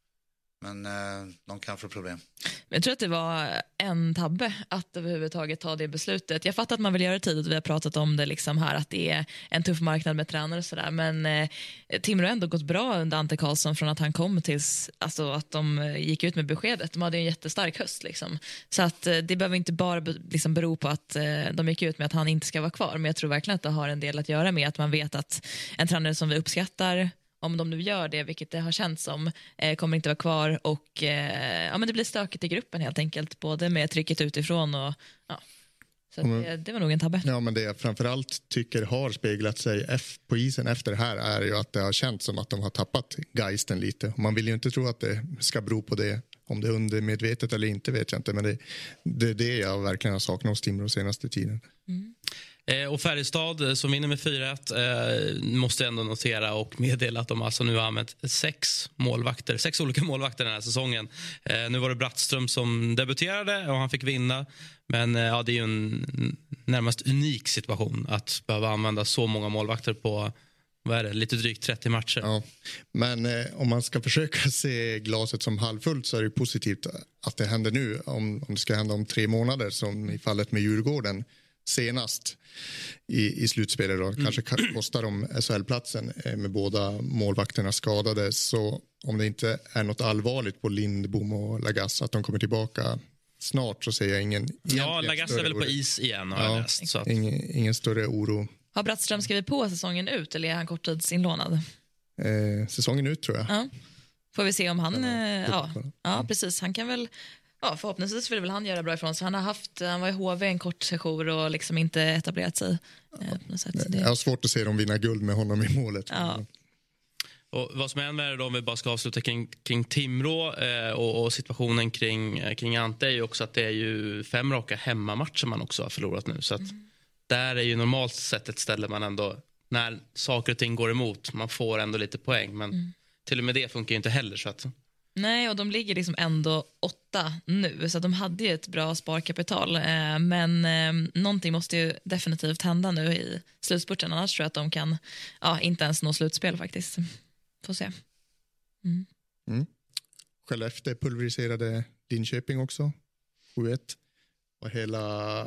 Men eh, de kan få problem.
Jag tror att det var en tabbe att överhuvudtaget ta det beslutet. Jag fattar att man vill göra det tidigt. Vi har pratat om det liksom här, att det är en tuff marknad med tränare och sådär. Men eh, Timrå har ändå gått bra under Ante Karlsson från att han kom tills alltså, att de gick ut med beskedet. De hade en jättestark höst. Liksom. Så att eh, det behöver inte bara be, liksom, bero på att eh, de gick ut med att han inte ska vara kvar. Men jag tror verkligen att det har en del att göra med att man vet att en tränare som vi uppskattar, om de nu gör det, vilket det har känts som, eh, kommer inte vara kvar och eh, ja, men det blir stökigt i gruppen helt enkelt, både med trycket utifrån och ja. Så mm. det, det var nog en tabbe.
Ja, men det jag framförallt tycker har speglat sig F på isen efter det här är ju att det har känts som att de har tappat geisten lite. Man vill ju inte tro att det ska bero på det. Om det är undermedvetet eller inte vet jag inte, men det, det är det jag verkligen har saknat hos Timrå senaste tiden.
Mm. Eh, och Färjestad som vinner med fyra ett eh, måste ändå notera och meddela att de alltså nu har använt sex målvakter, sex olika målvakter den här säsongen. Eh, nu var det Brattström som debuterade och han fick vinna, men eh, ja, det är ju en närmast unik situation att behöva använda så många målvakter på, vad är det, lite drygt trettio matcher.
Ja, men eh, om man ska försöka se glaset som halvfullt så är det positivt att det händer nu. Om, om det ska hända om tre månader som i fallet med Djurgården senast i, i slutspelet då, mm. kanske kostar de S H L-platsen med båda målvakterna skadade, så om det inte är något allvarligt på Lindbom och Lagasse att de kommer tillbaka snart, så ser jag ingen.
Ja, Lagasse är väl på is igen har
ja,
jag läst, så att...
ingen, ingen större oro.
Har Brattström skrivit på säsongen ut eller är han korttidsinlånad?
Eh, säsongen ut tror jag.
Ja. Får vi se om han eh, ja, ja, precis, han kan väl. Ja, förhoppningsvis vill väl han göra bra ifrån sig. Han har haft, han var i H V en kort session och liksom inte etablerat sig eh, på något sätt.
Det... Jag har svårt att se dem vinna guld med honom i målet.
Ja.
Och vad som är med då, om vi bara ska avsluta kring, kring Timrå eh, och, och situationen kring, eh, kring Ante är ju också att det är ju fem raka hemmamatcher man också har förlorat nu. Så att mm. där är ju normalt sett ett ställe man ändå, när saker och ting går emot, man får ändå lite poäng. Men mm. till och med det funkar ju inte heller så att...
Nej, och de ligger liksom ändå åtta nu, så de hade ju ett bra sparkapital. Eh, men eh, någonting måste ju definitivt hända nu i slutspurten, annars tror jag att de kan ja, inte ens nå slutspel faktiskt. Får se. Mm.
Mm. Skellefteå pulveriserade Linköping också, sju ett. Och hela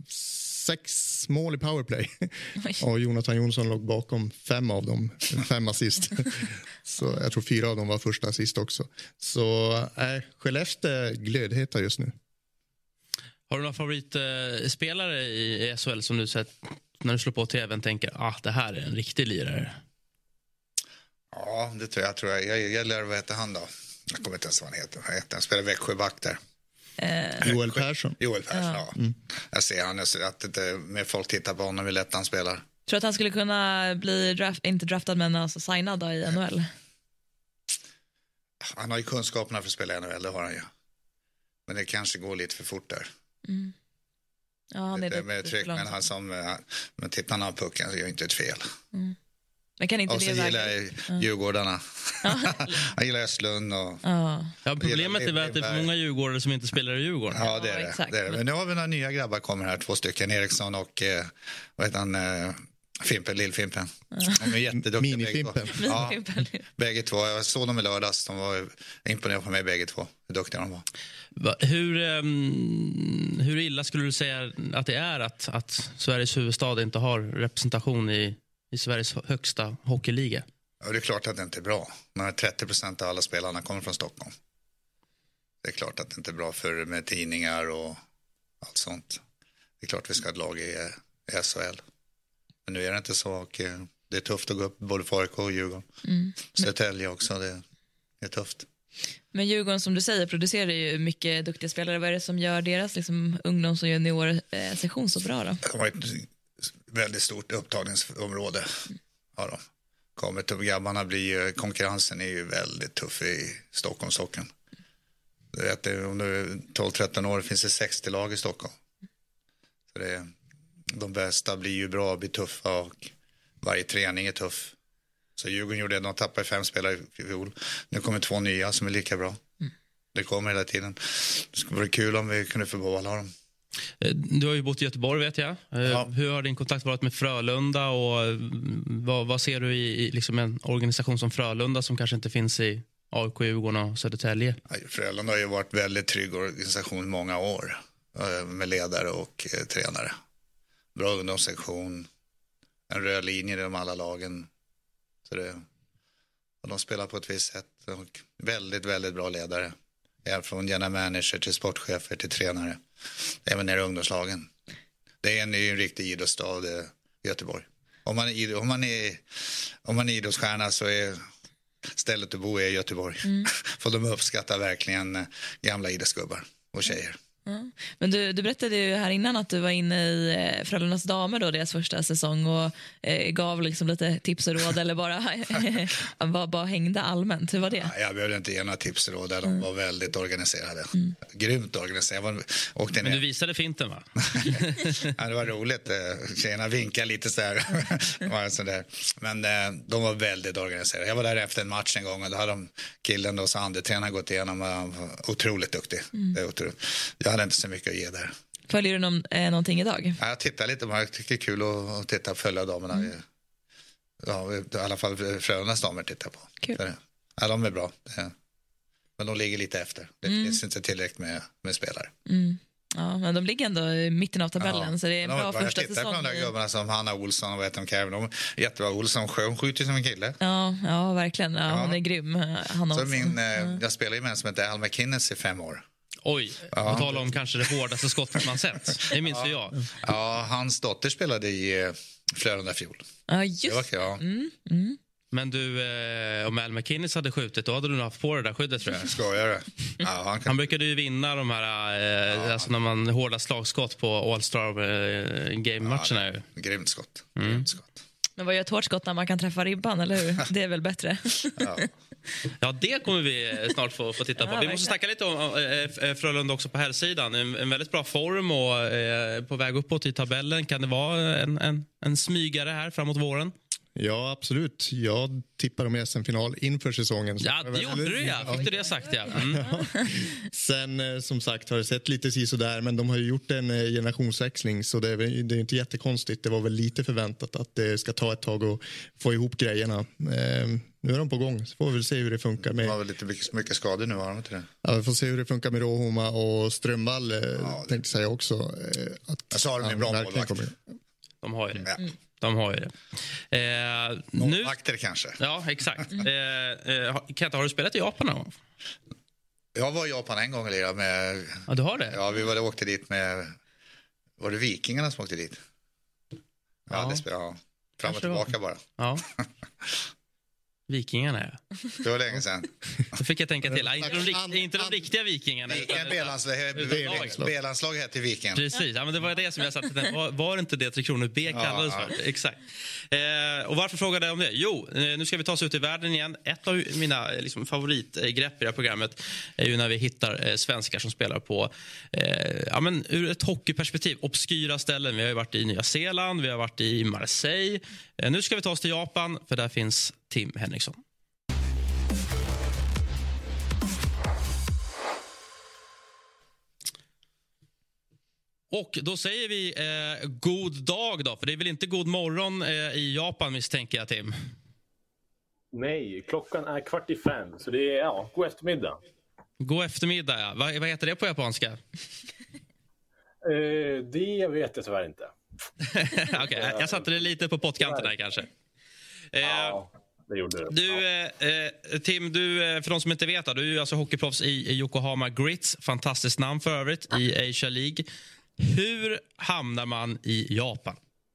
sex mål i powerplay. Och Jonathan Jonsson låg bakom fem av dem. Fem assist. Så jag tror fyra av dem var första assist också. Så äh, Skellefteå glödheta just nu.
Har du några favoritspelare i S H L som du sett när du slår på tvn tänker ah, det här är en riktig lirare?
Ja, det tror jag. Jag, tror jag. jag, jag lär vad heter han då? Jag kommer inte ens vad han heter. Han spelar Växjöback där.
Eh, Joel Persson.
Joel Persson, ja. ja. Mm. Jag ser han, jag ser att inte mer folk tittar på honom hur lätt han spelar.
Tror du att han skulle kunna bli draft, inte draftad men alltså signad i N H L?
Han har ju kunskaperna för att spela i N H L, det har han ju. Men det kanske går lite för fort där. Mm.
Ja, han är
det, med tryck, men han som men tittar han pucken så gör inte ett fel.
Mm. Men kan inte
och så
det
gillar jag ja. Djurgårdarna. Han gillar Östlund. Och
ja.
Ja, problemet är väl att det är för många djurgårdare som inte spelar i Djurgården.
Ja, det är det. Ja, det, är det. Men nu har vi några nya grabbar kommer här. Två stycken, Eriksson och eh, vad heter han, eh, Fimpen, Lillfimpen. Ja. De är jätteduktiga.
Minifimpen.
Ja, bägge två. Jag såg dem i lördags. De var imponerade på mig bägge två. Hur duktiga de var.
Va, hur, um, hur illa skulle du säga att det är att, att Sveriges huvudstad inte har representation i i Sveriges högsta hockeyliga?
Ja, det är klart att det inte är bra. När trettio procent av alla spelarna kommer från Stockholm. det är klart att det inte är bra för med tidningar och allt sånt. Det är klart vi ska ha ett lag i, i S H L. Men nu är det inte så, och det är tufft att gå upp både för A I K och Djurgården. Mm. Södertälje också, det är tufft.
Men Djurgården, som du säger, producerar ju mycket duktiga spelare. Vad är det som gör deras liksom, ungdoms- och junior-sektion så bra då?
De har ett väldigt stort upptagningsområde. Ja, de kommer till grabbarna, blir, konkurrensen är ju väldigt tuff i Stockholmshockeyn. Du vet, om du är tolv tretton år finns det sextio lag i Stockholm. Så det, de bästa blir ju bra, blir tuffa, och varje träning är tuff. Så Djurgården gjorde det, de tappade fem spelare i fjol. Nu kommer två nya som är lika bra. Mm. Det kommer hela tiden. Det skulle vara kul om vi kunde få behålla dem.
Du har ju bott i Göteborg, vet jag. Ja. Hur har din kontakt varit med Frölunda, och vad, vad ser du i, i liksom en organisation som Frölunda som kanske inte finns i A I K, Djurgården och Södertälje?
Frölunda har ju varit en väldigt trygg organisation i många år med ledare och eh, tränare. Bra ungdomssektion, en röd linje i de alla lagen. Så det, och de spelar på ett visst sätt. Och väldigt, väldigt bra ledare. Även från general manager till sportchefer till tränare. Även nere i ungdomslagen. Det är en, en riktig idrottsstad i Göteborg. Om man, är, om, man är, om man är idrottsstjärna så är stället att bo i Göteborg. Mm. För de uppskattar verkligen gamla idrottsgubbar och tjejer.
Mm. Men du, du berättade ju här innan att du var inne i eh, Frölundas damer då, deras första säsong, och eh, gav liksom lite tips och råd eller bara, bara, bara hängde allmänt. Hur var det?
Ja, jag behövde inte ge några tips och råd. De mm. var väldigt organiserade. Mm. Grymt organiserade. Åkte
Men du visade finten, va?
Ja, det var roligt. Tjejerna vinkade lite så här. var så där. Men eh, de var väldigt organiserade. Jag var där efter en match en gång, och då hade de killen och så andra tränaren gått igenom. Han var otroligt duktig. Mm. Det är otroligt. Jag hade inte så mycket att ge där.
Följer du någon, eh, någonting idag?
Ja, jag tittar lite. Jag tycker det är kul att, att titta och följa damerna. Mm. Ja, i alla fall Frölundas damer tittar på.
Kul.
Ja, de är bra. Men de ligger lite efter. Det mm. finns inte tillräckligt med, med spelare.
Mm. Ja, men de ligger ändå i mitten av tabellen, ja. Så det är en
de,
bra första säsong.
Jag tittar på de där gubbarna som Hanna Olsson och vet om Kevin. De är jättebra. Olsson hon skjuter som en kille.
Ja, ja verkligen. Ja, ja. Hon är grym. Hanna
så
Olsson.
Min,
ja.
Jag spelar ju med en som heter Al McInnes i fem år.
Oj, ja. Och tala om kanske det hårdaste skottet man sett. Det minns
ja.
jag.
Ja, hans dotter spelade i Frölunda fjol.
Ja, just
det. Var, ja.
Mm, mm.
Men du, eh, om Al McInnes hade skjutit, då hade du nog haft på det där skyddet, tror jag.
Ska jag det? Ja, han, kan...
han brukade ju vinna de här, eh, ja. alltså när man hårda slagskott på All-Star eh, game-matcherna.
Ja, grymt skott.
Mm.
Grymt skott.
Men vad gör ett hårt skott när man kan träffa ribban, eller hur? Det är väl bättre.
Ja.
Ja, det kommer vi snart få, få titta på. Ja, vi måste snacka lite om äh, Frölunda också på här sidan. En, en väldigt bra form och äh, på väg uppåt i tabellen. Kan det vara en, en, en smygare här framåt våren?
Ja, absolut. Jag tippar om S M-final inför säsongen.
Ja, det gjorde du, ja. Fick du det sagt, ja. Mm.
Ja. Sen, som sagt, har det sett lite så där, men de har ju gjort en generationsväxling, så det är, det är inte jättekonstigt. Det var väl lite förväntat att det ska ta ett tag att få ihop grejerna. Eh, nu är de på gång, så får vi väl se hur det funkar med...
De har väl lite mycket, mycket skador nu, har de inte det?
Ja, vi får se hur det funkar med Råhoma och Strömvall, eh, ja, det... tänkte säga också. Eh, att
jag sa de är bra målvakt.
De har ju det.
Mm.
De har ju det. Eh,
nu... Vakter kanske.
Ja, exakt. Mm. Eh, eh, Kenta, har du spelat i Japan någon gång?
Jag var i Japan en gång och lirade med...
Ja, du har det?
Ja, vi var, åkte dit med... Var det Vikingarna som åkte dit? Ja, ja. Det spelade, ja. Fram och tillbaka bara.
Ja. Vikingarna, ja.
Det var länge sedan.
Då fick jag tänka till. Ja, inte, de rikt, inte de riktiga vikingarna.
B-landslaget hette Viking.
Precis, ja, men det var det som jag satt. Var, var det inte det Tre Kronor B kallades ja, för? Exakt. Eh, och varför frågade jag om det? Jo, nu ska vi ta oss ut i världen igen. Ett av mina liksom, favoritgrepp i det här programmet är ju när vi hittar eh, svenskar som spelar på eh, ja, men ur ett hockeyperspektiv obskyra ställen. Vi har ju varit i Nya Zeeland, vi har varit i Marseille. Eh, nu ska vi ta oss till Japan, för där finns Tim Henriksson. Och då säger vi eh, god dag då, för det är väl inte god morgon eh, i Japan, misstänker jag, Tim?
Nej, klockan är kvart i fem, så det är ja, god eftermiddag.
God eftermiddag, ja. Vad, vad heter det på japanska?
eh, det vet jag tyvärr inte.
Okej, okay, jag satte det lite på pottkanten där kanske. Eh,
ja. det gjorde det.
Du,
ja.
eh, Tim, du, för de som inte vet, du är ju alltså hockeyproffs i, i Yokohama Grits. Fantastiskt namn för övrigt, i Asia League. Hur hamnar man i Japan?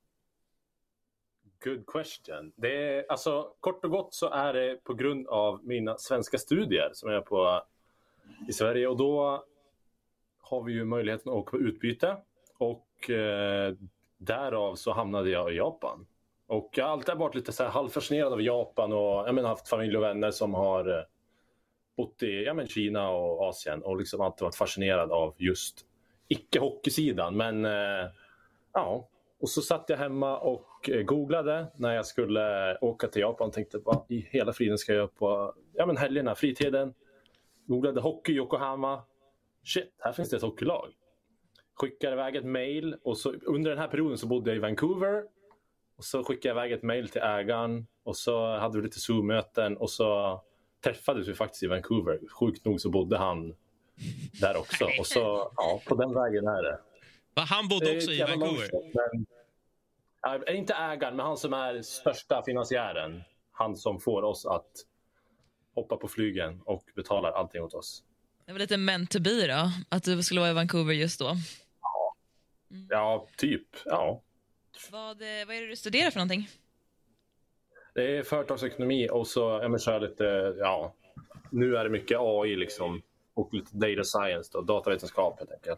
Good question. Det är, alltså, kort och gott så är det på grund av mina svenska studier som jag är på i Sverige. Och då har vi ju möjligheten att åka på utbyte. Och eh, därav så hamnade jag i Japan. Och jag har alltid varit lite så här halvfascinerad av Japan. Och jag har haft familj och vänner som har eh, bott i ja, men Kina och Asien. Och liksom alltid varit fascinerad av just icke-hockeysidan. Men eh, ja, och så satt jag hemma och eh, googlade när jag skulle åka till Japan. Tänkte, vad i hela friden ska jag göra på ja, men helgerna, fritiden? Googlade hockey Yokohama. Shit, här finns det ett hockeylag. Skickade iväg ett mail. Och så, under den här perioden så bodde jag i Vancouver. Och så skickade jag iväg ett mail till ägaren. Och så hade vi lite Zoom-möten. Och så träffades vi faktiskt i Vancouver. Sjukt nog så bodde han där också. Och så, ja, på den vägen är det.
Va, han bodde också i Vancouver?
Men, är inte ägaren, men han som är största finansiären. Han som får oss att hoppa på flygen och betalar allting åt oss.
Det var lite meant to be då, att du skulle vara i Vancouver just då.
Ja, mm. ja typ. Ja.
Vad, vad är det du studerar för någonting?
Det är företagsekonomi och så jag men, kör lite, ja, nu är det mycket A I liksom och lite data science då, datavetenskap helt enkelt.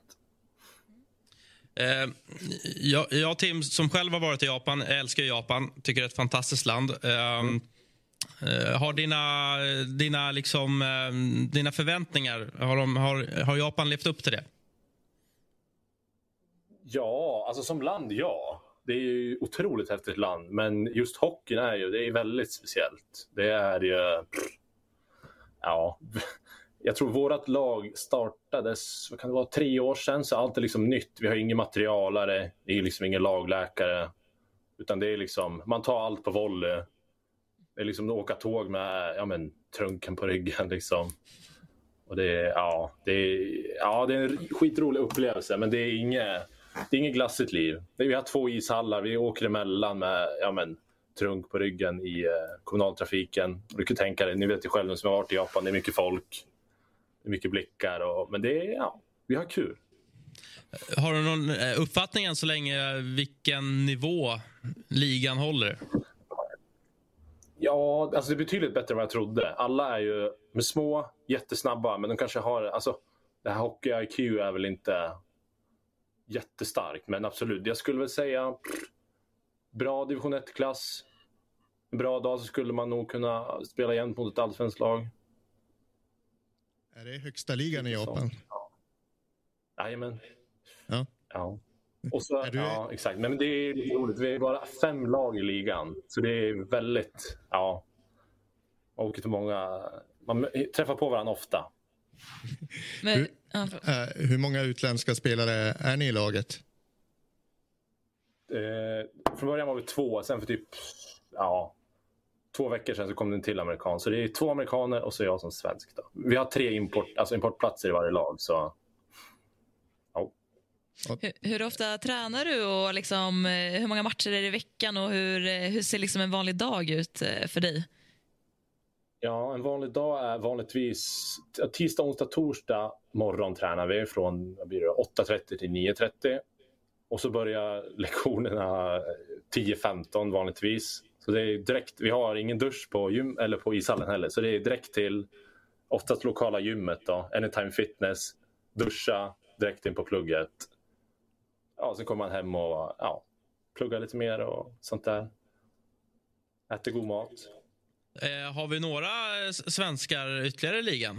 Eh, jag, jag Tim som själv har varit i Japan, älskar Japan, tycker det är ett fantastiskt land. Eh, mm. eh, har dina, dina, liksom, eh, dina förväntningar, har, de, har, har Japan levt upp till det?
Ja, alltså som land, ja. Det är ju otroligt häftigt land, men just hockeyn är ju, det är väldigt speciellt. Det är ju, ja, jag tror vårat lag startades, vad kan det vara, tre år sedan, så allt är liksom nytt. Vi har ingen materialare, det är liksom ingen lagläkare, utan det är liksom, man tar allt på volley. Det är liksom att åka tåg med, ja men, trunken på ryggen liksom. Och det är, ja, det är, ja, det är en skitrolig upplevelse, men det är inget, det är inget glassigt liv. Vi har två ishallar, vi åker emellan med, ja men, trunk på ryggen i eh, kommunaltrafiken. Och du kan tänka dig, ni vet ju själv som har varit i Japan, det är mycket folk. Det är mycket blickar, och, men det är, ja, vi har kul.
Har du någon uppfattning än så länge vilken nivå ligan håller?
Ja, alltså det är betydligt bättre än vad jag trodde. Alla är ju med små, jättesnabba, men de kanske har, alltså det här hockey-I Q är väl inte jättestarkt, men absolut. Jag skulle väl säga pff, bra division ett-klass. En bra dag så skulle man nog kunna spela igen mot ett allsvenskt lag.
Är det högsta ligan i Japan?
Ja. Jajamän.
Ja.
Ja. Och så,
är du...
ja, exakt. Men det är lite roligt. Vi är bara fem lag i ligan. Så det är väldigt, ja. Man åker till många, man träffar på varandra ofta.
Men,
hur,
ja,
äh, hur många utländska spelare är ni i laget?
Eh, från början var vi två. Sen för typ, ja, två veckor sedan så kom det en till amerikan. Så det är två amerikaner och så jag som svensk då. Vi har tre import, alltså importplatser i varje lag, så ja.
Hur, hur ofta tränar du och liksom, hur många matcher är det i veckan och hur, hur ser liksom en vanlig dag ut för dig?
Ja, en vanlig dag är vanligtvis tisdag, onsdag, torsdag morgon tränar vi från åtta trettio till nio trettio. Och så börjar lektionerna tio femton vanligtvis. Så det är direkt, vi har ingen dusch på gym eller på ishallen heller. Så det är direkt till oftast lokala gymmet då, Anytime Fitness, duscha, direkt in på plugget. Ja, så kommer man hem och ja, pluggar lite mer och sånt där. Äter god mat.
Eh, har vi några svenskar ytterligare i ligan?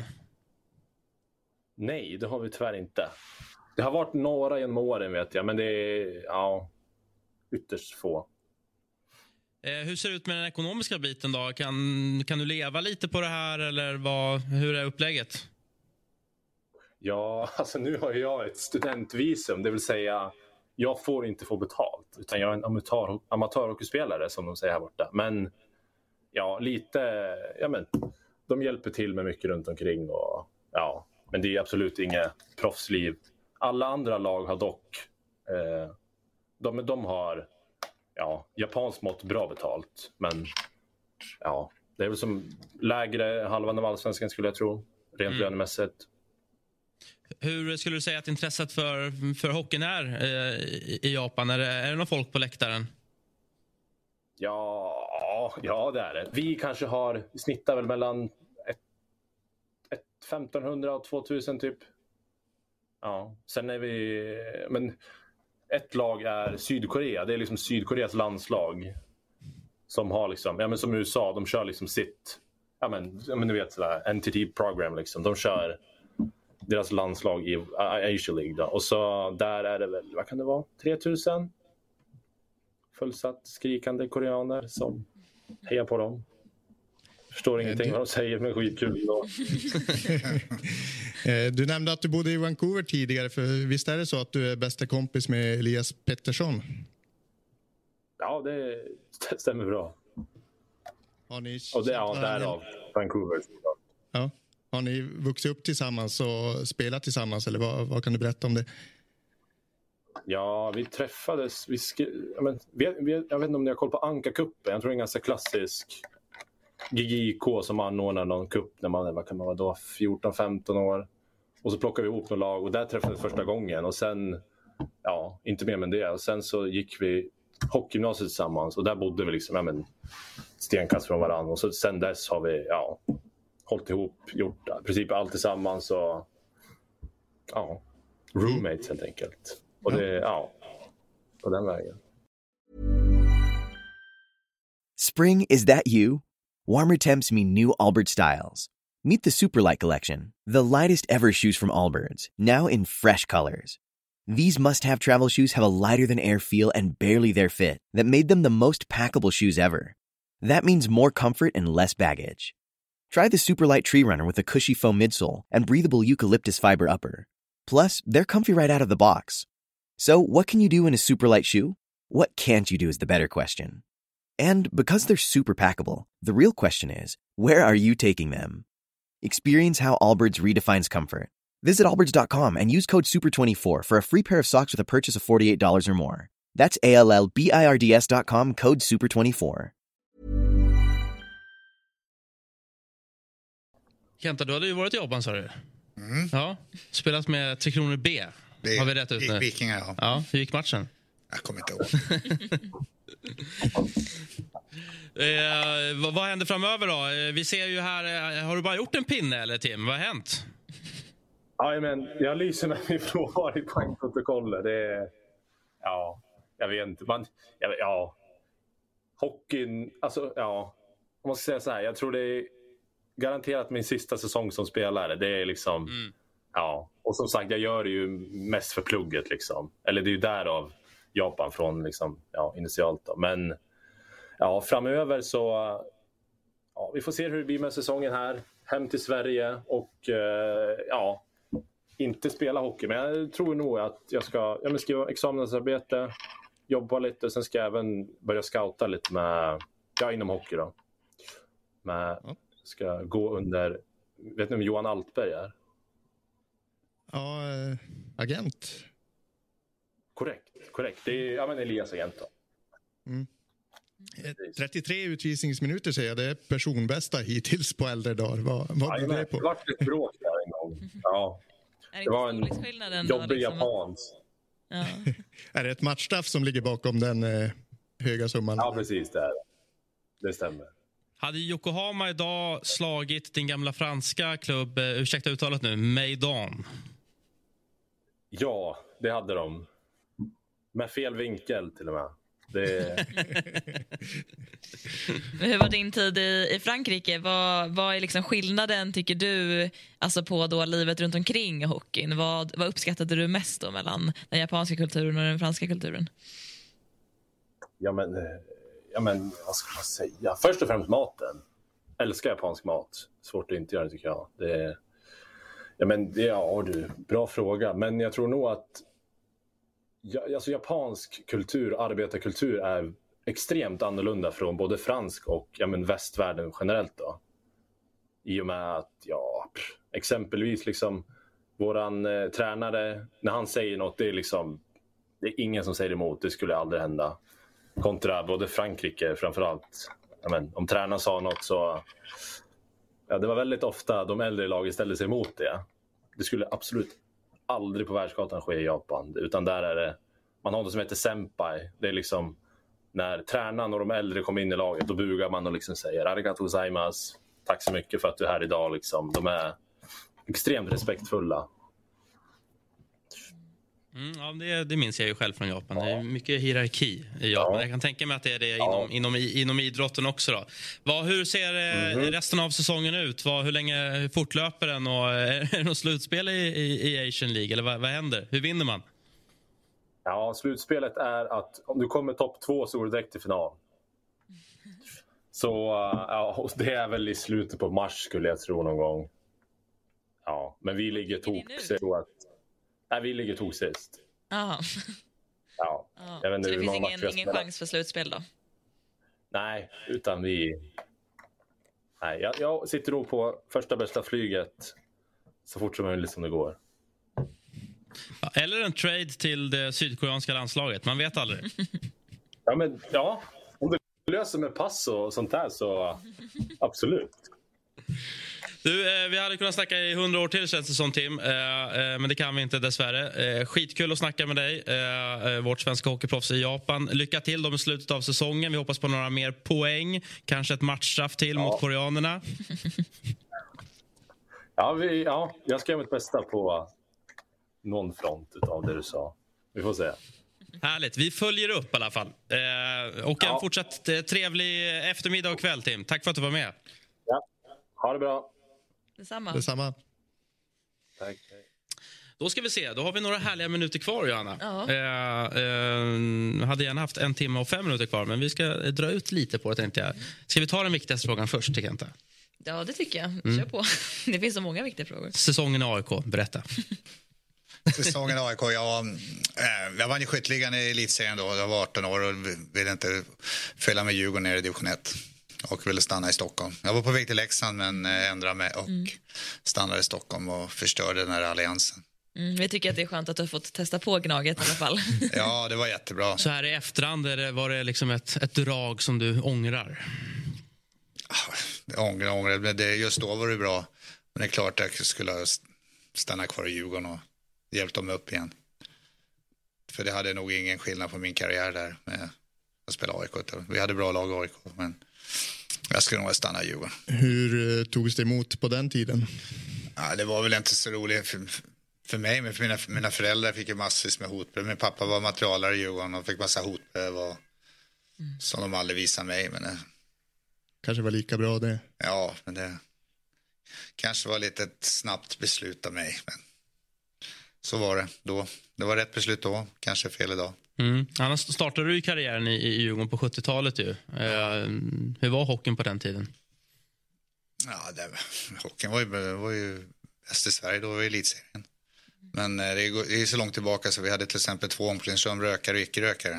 Nej, det har vi tyvärr inte. Det har varit några genom åren vet jag, men det är ja, ytterst få.
Eh, hur ser det ut med den ekonomiska biten då? Kan, kan du leva lite på det här eller vad, hur är upplägget?
Ja, alltså nu har jag ett studentvisum, det vill säga jag får inte få betalt utan jag är en amatör, amatörhockeyspelare som de säger här borta. Men ja, lite, ja men de hjälper till med mycket runt omkring och ja, men det är absolut inget proffsliv. Alla andra lag har dock eh, de, de har ja, japanskt mått bra betalt, men ja, Det är väl som lägre halvan av allsvenskan skulle jag tro, rent mm. lönemässigt.
Hur skulle du säga att intresset för, för hockeyn är eh, i Japan? Är det, är det någon folk på läktaren?
Ja, ja, det är det. Vi kanske har, vi snittar väl mellan ett, ett femtonhundra och tvåtusen typ. Ja, sen är vi, men ett lag är Sydkorea. Det är liksom Sydkoreas landslag som har liksom, ja men som U S A, de kör liksom sitt, ja men, ja men du vet sådär, N T T program liksom. De kör deras landslag i Asia League då. Och så där är det väl, vad kan det vara? tre tusen fullsatt skrikande koreaner som hejar på dem. Förstår ingenting du... vad de säger, men skitkul då.
Du nämnde att du bodde i Vancouver tidigare, för visst är det så att du är bästa kompis med Elias Pettersson?
Ja, det stämmer bra.
Har ni
och det är ja, därav Vancouver.
Ja. Har ni vuxit upp tillsammans och spelat tillsammans, eller vad, vad kan du berätta om det?
Ja, vi träffades, vi skri- jag, men, vi, vi, jag vet inte om ni har koll på Anka-kuppen. Jag tror det är en ganska klassisk G G I K som anordnar någon kupp när man är, vad kan man vara då, fjorton femton år. Och så plockar vi ihop några lag och där träffades första gången. Och sen, ja, inte mer med det. Och sen så gick vi hockeygymnasiet tillsammans och där bodde vi liksom, ja men, stenkast från varandra. Och så sen dess har vi, ja, hållit ihop, gjort i princip allt tillsammans och ja, roommates helt enkelt. Och det, ja, på den vägen.
Spring, is that you? Warmer temps mean new Allbirds styles. Meet the Superlight Collection, the lightest ever shoes from Allbirds, now in fresh colors. These must-have travel shoes have a lighter-than-air feel and barely their fit that made them the most packable shoes ever. That means more comfort and less baggage. Try the Superlight Tree Runner with a cushy foam midsole and breathable eucalyptus fiber upper. Plus, they're comfy right out of the box. So, what can you do in a Superlight shoe? What can't you do is the better question. And because they're super packable, the real question is, where are you taking them? Experience how Allbirds redefines comfort. Visit allbirds dot com and use code super twenty-four for a free pair of socks with a purchase of forty-eight dollars or more. That's A L L B I R D S dot com, code super twenty-four.
Kenta, du hade ju varit i Japan, sa du?
Mm.
Ja, spelat med Tre Kronor B.
Det
har vi rätt ut nu?
Vikingar, ja.
Ja, hur gick matchen?
Jag kommer inte ihåg.
eh, vad, vad händer framöver då? Vi ser ju här, har du bara gjort en pinne eller Tim? Vad har hänt?
Ja, men jag lyser med min frånvaro i poängprotokollet. Det är, ja, jag vet inte. Man, jag, ja, hockeyn, alltså, ja. Om man ska säga så här, jag tror det är garanterat min sista säsong som spelare. Det är liksom, mm. ja. Och som sagt, jag gör det ju mest för plugget liksom. Eller det är ju därav Japan från liksom, ja, initialt då. Men ja, framöver så, ja, vi får se hur det blir med säsongen här. Hem till Sverige och eh, ja, inte spela hockey. Men jag tror nog att jag ska, jag ska skriva examensarbete, jobba lite. Sen ska jag även börja scouta lite med, ja, inom hockey då. Med, ska gå under, vet ni om Johan Altberg är?
Ja, äh, agent.
Korrekt, korrekt. Det är, ja, men Elias agent då.
Mm. trettiotre utvisningsminuter säger jag. Det är personbästa hittills på äldre dagar. Vad, vad
ja,
blir det på?
Det var ett bråk där en gång. Ja.
Det,
det var en jobbig
liksom?
japans.
Ja.
Är det ett matchstraff som ligger bakom den eh, höga summan?
Ja, precis. Det är det. Det stämmer.
Hade Yokohama idag slagit din gamla franska klubb, eh, ursäkta uttalet nu, Maidan?
Ja, det hade de. Med fel vinkel till och med. Det...
Hur var din tid i, i Frankrike? Vad, vad är liksom skillnaden, tycker du, alltså på då livet runt omkring hockeyn? Vad, vad uppskattade du mest då mellan den japanska kulturen och den franska kulturen?
Ja men, ja, men vad ska man säga? Först och främst maten. Älskar japansk mat. Svårt att inte göra, tycker jag. Det är, ja, men, det, ja, du, bra fråga. Men jag tror nog att ja, alltså, japansk kultur, arbetarkultur är extremt annorlunda från både fransk och ja, men, västvärlden generellt då. I och med att, ja, pff, exempelvis liksom våran eh, tränare, när han säger något, det är liksom, det är ingen som säger emot, det skulle aldrig hända. Kontra både Frankrike framförallt, ja, men, om tränaren sa något så... Ja, det var väldigt ofta de äldre lagen ställde sig emot det. Det skulle absolut aldrig på världskartan ske i Japan. Utan där är det... Man har något som heter senpai. Det är liksom... När tränaren och de äldre kommer in i laget, då bugar man och liksom säger arigatou gozaimasu. Tack så mycket för att du är här idag. Liksom. De är extremt respektfulla.
Mm, ja, det, det minns jag ju själv från Japan. Det är mycket hierarki i Japan. Ja. Jag kan tänka mig att det är det inom, ja. inom, inom idrotten också. Då. Vad, hur ser mm-hmm. resten av säsongen ut? Vad, hur länge fortlöper den? Och, är det något slutspel i, i, i Asian League? Eller vad, vad händer? Hur vinner man?
Ja, slutspelet är att om du kommer topp två så går du direkt till final. Så ja, det är väl i slutet på mars skulle jag tro någon gång. Ja, men vi ligger tok att nej, vi ligger tok sist.
Aha.
Ja.
Aha.
Jag vet inte
så det
hur
finns ingen, ingen chans för slutspel då?
Nej, utan vi nej, jag, jag sitter nog på första bästa flyget så fort som möjligt som det går.
Ja, eller en trade till det sydkoreanska landslaget. Man vet aldrig.
Ja, men ja. Om du löser med pass och sånt där så absolut.
Du, eh, vi hade kunnat snacka i hundra år till känns det som, Tim. Eh, eh, men det kan vi inte dessvärre. Eh, skitkul att snacka med dig. Eh, vårt svenska hockeyproffs i Japan. Lycka till då med slutet av säsongen. Vi hoppas på några mer poäng. Kanske ett matchstraff till ja. mot koreanerna.
Ja, vi, ja, jag ska göra mitt bästa på någon front av det du sa. Vi får se.
Härligt. Vi följer upp i alla fall. Eh, och en
ja.
fortsatt eh, trevlig eftermiddag och kväll, Tim. Tack för att du var med.
Ja, ha det bra.
Detsamma.
Detsamma.
Tack.
Då ska vi se. Då har vi några härliga minuter kvar, Johanna.
Ja.
Eh, eh, hade gärna haft en timme och fem minuter kvar, men vi ska dra ut lite på det, tänkte jag. Ska vi ta den viktigaste frågan först, tycker jag inte?
Ja, det tycker jag. Kör
Mm.
på. Det finns så många viktiga frågor.
Säsongen i A I K, berätta.
Säsongen i A I K, jag, äh, jag vann ju skytteligan i elitserien då. Jag var arton år och ville inte följa med Djurgården ner i division ett. Och ville stanna i Stockholm. Jag var på väg till Leksand men ändrade mig och mm. stannade i Stockholm och förstörde den här alliansen.
Mm, vi tycker att det är skönt att du har fått testa på Gnaget i alla fall.
Ja, det var jättebra.
Så här i efterhand, var det liksom ett, ett drag som du ångrar?
Jag ångrar, ångrar. Det, just då var det bra. Men det är klart att jag skulle stanna kvar i Djurgården och hjälpt dem upp igen. För det hade nog ingen skillnad på min karriär där med att spela A I K. Vi hade bra lag i A I K, men jag skulle nog stanna i Djurgården.
Hur eh, togs det emot på den tiden?
Ja, det var väl inte så roligt för, för mig, men för mina, mina föräldrar fick ju massvis med hotbrev. Min pappa var materialare i Djurgården och fick massa hotbrev och, mm. som de aldrig visade mig. Men det,
kanske var lika bra det.
Ja, men det kanske var lite ett snabbt beslut av mig. Men så var det då. Det var rätt beslut då, kanske fel idag.
Mm. Annars startade du karriären i, i Djurgården på sjuttiotalet ju. Eh, hur var hockeyn på den tiden?
Ja, det, hockeyn var ju, var ju bäst i Sverige, då var det elitserien. Men eh, det är, det är så långt tillbaka så vi hade till exempel två omklädningsrum, rökare och icke-rökare.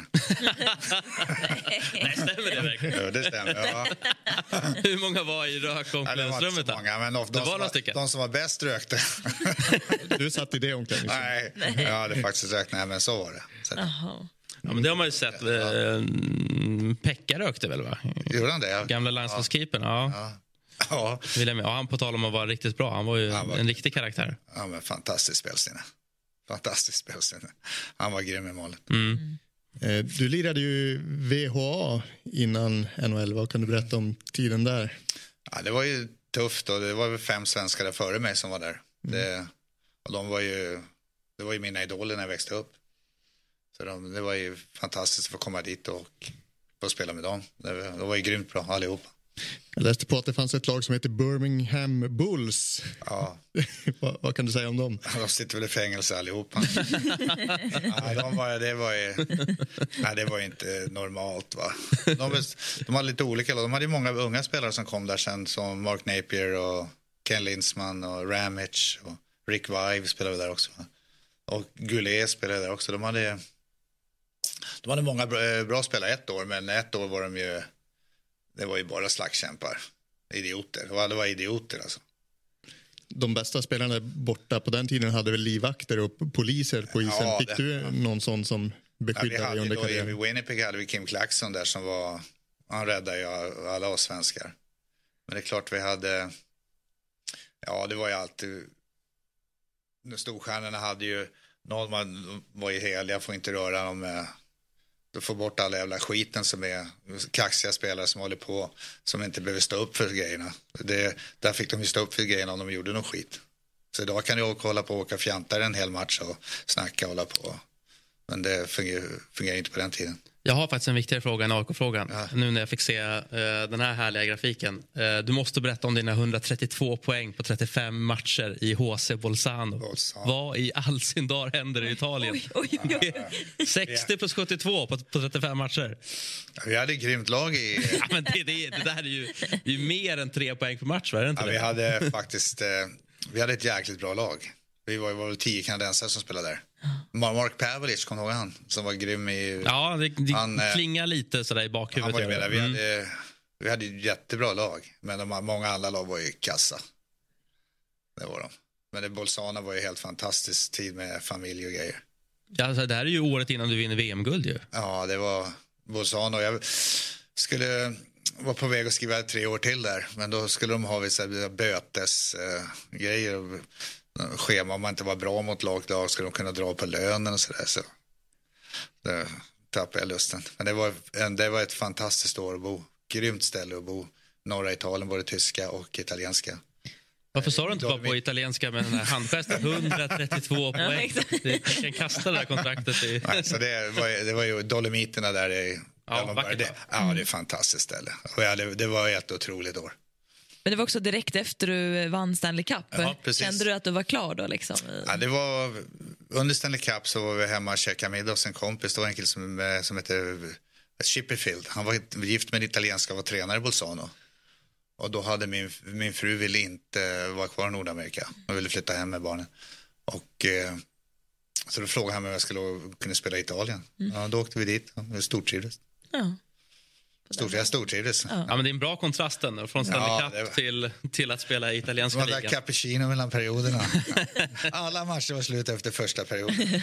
Nej, stämmer det verkligen?
Ja, det stämmer, ja.
Hur många var i rökomklädningsrummet?
Ja, många, men de, de, de, som, de som var bäst rökte.
Du satt i det omklädningsrummet?
Nej, Nej, jag hade faktiskt rökt, nej, men så var det. Så.
Ja, men det har man ju sett. Ja. Pekka rökte väl, va?
Gjorde han det? Ja.
Gamla landslagskeepern, ja. ja.
Ja.
Ja, han på tal om att vara riktigt bra. Han var ju var, en riktig karaktär.
Ja, men fantastisk spelsinne. Fantastisk spelsinne. Han var grym i målet.
Mm.
Mm. Du lirade ju V H A innan N H L. Vad kan du berätta om tiden där?
Ja, det var ju tufft och det var väl fem svenskar där före mig som var där. Mm. Det, och de var ju, det var ju mina idoler när jag växte upp. Så de, det var ju fantastiskt att få komma dit och få spela med dem. Det, det var ju grymt bra allihopa.
Jag läste på att det fanns ett lag som heter Birmingham Bulls.
Ja.
vad, vad kan du säga om dem?
De sitter väl i fängelse allihopa. Nej, de var, det, var ju, nej, det var ju inte normalt. Va? De, de hade lite olika lag. De hade många unga spelare som kom där sen, som Mark Napier och Ken Lindsman och Ramage och Rick Vive spelade där också. Och Goulet spelade där också. De hade, de hade många bra, bra spelare ett år, men ett år var de ju, det var ju bara slagskämpar. Idioter. Och alla var idioter alltså.
De bästa spelarna borta på den tiden hade väl livvakter och poliser på isen.
Ja,
Fick
det,
du någon sån som beskyddade
ja,
dig under karriären?
I Winnipeg hade vi Kim Claxton där som var Han räddade ju alla oss svenskar. Men det är klart vi hade... Ja, det var ju alltid... Storstjärnorna hade ju... Någon man var ju heliga, får inte röra dem med... Då får bort alla jävla skiten som är kaxiga spelare som håller på, som inte behöver stå upp för grejerna. Det, där fick de ju stå upp för grejerna om de gjorde någon skit. Så idag kan jag hålla på och åka fjantare en hel match och snacka och hålla på. Men det fungerar, fungerar inte på den tiden.
Jag har faktiskt en viktigare fråga än A I K-frågan. Ja. Nu när jag fick se uh, den här härliga grafiken. Uh, du måste berätta om dina hundratrettiotvå poäng på trettiofem matcher i H C Bolzano. Bolzano. Vad i all sin dar händer i Italien?
Oj, oj, oj.
sextio plus sjuttiotvå på, på trettiofem matcher.
Ja, vi hade ett grymt lag i...
ja, men det, det, det där är ju, det är ju mer än tre poäng per match, var det inte
ja,
det?
Vi hade faktiskt uh, vi hade ett jäkligt bra lag. Vi var ju var tio kanadensare som spelade där. Mark Pavelic, kom ihåg han? Som var grym i...
Ja, det, det han, klingar lite sådär i bakhuvudet.
Han var ju med. Vi, mm. hade, vi hade ju jättebra lag. Men de, många andra lag var ju kassa. Det var de. Men det, Bolzano var ju helt fantastisk tid med familj och grejer.
Ja, alltså, det här är ju året innan du vinner V M-guld ju.
Ja, det var Bolzano. Jag skulle vara på väg att skriva tre år till där. Men då skulle de ha vissa bötesgrejer äh, och schema. Om man inte var bra mot lag, då skulle de kunna dra på lönen och sådär. Så det tappade jag lusten. Men det var, en, det var ett fantastiskt år att bo. Grymt ställe att bo. Norra Italien, både tyska och italienska.
Varför sa du inte bara på italienska med den här handgesten? hundratrettiotvå poäng. Du kan kasta det här kontraktet i...
Nej, så det var, det var ju Dolomiterna där i...
Ja,
där det, ja, det är ett fantastiskt ställe. Och ja, det, det var ett otroligt år.
Men det var också direkt efter du vann Stanley Cup.
Ja,
kände du att du var klar då? Liksom?
Ja, det var, under Stanley Cup så var vi hemma och käkade middag hos en kompis. Det var en kille som, som heter Chipperfield. Han var gift med en italienska och var tränare i Bolzano. Och då hade min, min fru ville inte vara kvar i Nordamerika. Hon ville flytta hem med barnen. Och, eh, så då frågade han mig om jag skulle kunna spela i Italien. Mm. Ja, då åkte vi dit. Vi stortrivdes.
Ja.
Stort, jag stortrivdes.
Ja. Ja, men det är en bra kontrast från Stanley ja, Cup var... till, till att spela i italienska ligan.
Det var där cappuccino mellan perioderna. Alla matcher var slut efter första perioden.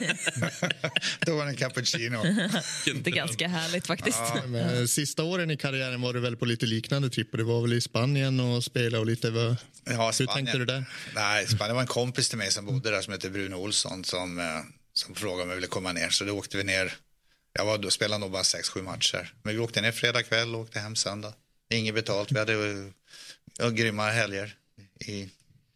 Då var det en cappuccino.
Det är ganska härligt faktiskt.
Ja, men sista åren i karriären var du väl på lite liknande tripper. Det var väl i Spanien och spela och lite... Var...
Ja,
hur tänkte du där?
Nej, Spanien var en kompis till mig som bodde där som heter Bruno Olsson som, som frågade om jag ville komma ner. Så då åkte vi ner. Jag var då spelade nog bara sex, sju matcher. Men vi åkte ner fredag kväll och åkte hem söndag. Inget betalt. Vi hade uh, grymma helger i,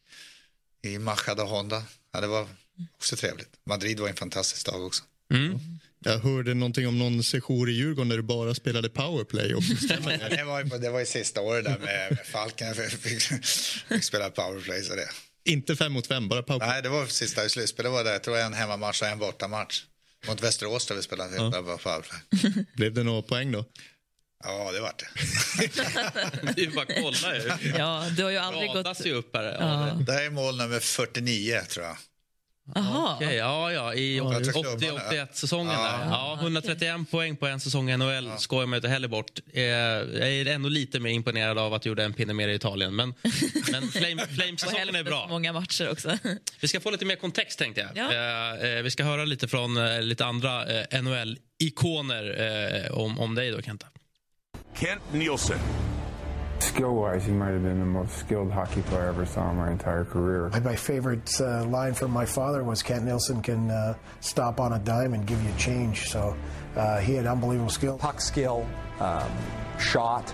i Machada och Honda. Ja, det var också trevligt. Madrid var en fantastisk dag också.
Mm.
Jag hörde någonting om någon session i Djurgården där du bara spelade powerplay. Och
ja, det, var ju, det var ju sista året där med, med Falken. Jag fick, fick spela powerplay. Så det.
Inte fem mot fem, bara powerplay?
Nej, det var sista i slutspel. Det var det. Jag tror en hemmamatch och en bortamatch. Mot Västerås där vi spelade ja. powerplay.
Blev det några poäng då?
Ja, det var det.
Det är ju bara att kolla ju.
Ja, du har ju aldrig
Ratas
gått...
ju upp här.
Ja.
Det här är mål nummer fyrtionio, tror jag.
Aha.
Okay, ja, ja, i åttio åttioett-säsongen ja. där. Ja, hundratrettioen poäng på en säsong i N H L ja. Skojar man inte heller bort. Eh, jag är ändå lite mer imponerad av att du gjorde en pinne mer i Italien. Men, men flame, Flame-säsongen är bra.
Många matcher också.
Vi ska få lite mer kontext, tänkte jag.
Ja.
Eh, vi ska höra lite från eh, lite andra eh, N H L-ikoner eh, om, om dig då, Kenta.
Kent Nielsen.
Skill-wise, he might have been the most skilled hockey player I ever saw in my entire career.
My favorite uh, line from my father was Kent Nielsen can uh, stop on a dime and give you change. So uh, he had unbelievable skill.
Puck skill, um, shot,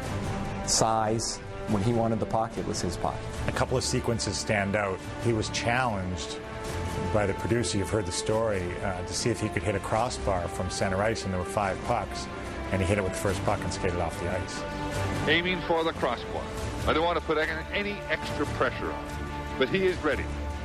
size. When he wanted the puck, it was his puck.
A couple of sequences stand out. He was challenged by the producer, you've heard the story, uh, to see if he could hit a crossbar from center ice, and there were five pucks. And he hit it with the first puck and skated off the ice.
Aiming for the crossbar. I don't want to put any extra pressure on him, but he is ready.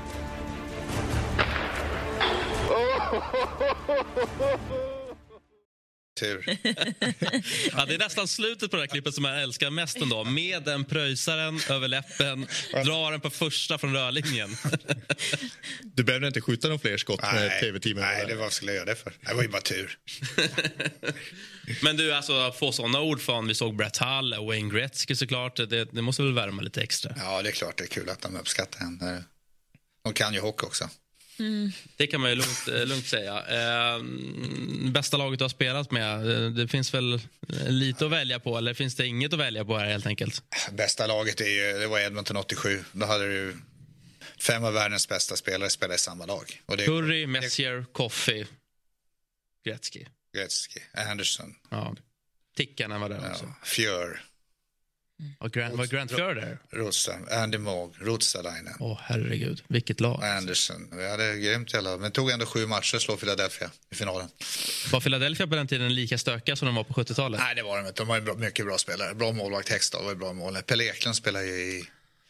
Tur.
Ja, det är nästan slutet på det här klippet som jag älskar mest ändå. Med den pröjsaren över läppen, drar den på första från rörlinjen.
Du behövde inte skjuta någon fler skott
nej,
med tv-teamen?
Nej, det var skulle jag göra det för. Det var ju bara tur.
Men du, alltså få sådana ord från, vi såg Brett Hull, Wayne Gretzky såklart, det, det måste väl värma lite extra?
Ja, det är klart, det är kul att de uppskattar henne. De kan ju hockey också.
Mm.
Det kan man ju lugnt, lugnt säga. Eh, bästa laget du har spelat med, det finns väl lite att välja på, eller finns det inget att välja på här helt enkelt?
Bästa laget är ju, det var Edmonton åttiosju. Då hade du fem av världens bästa spelare spelade i samma lag. Och det,
Curry, Messier, Coffey, Gretzky.
Gretzky, Anderson.
Ja. Tickarna var där också.
Ja, Fjör.
Och Grant, var Grant Fjör där?
Rutsa, Andy Moog, Rutsalainen.
Åh, oh, herregud. Vilket lag.
Anderson. Vi hade grymt jävla. Men tog ändå sju matcher att slå Philadelphia i finalen.
Var Philadelphia på den tiden lika stökiga som de var på sjuttiotalet?
Nej, det var de inte. De var bra, mycket bra spelare. Bra målvakt. Hextall var ju bra mål. Pelle Eklund spelade ju i,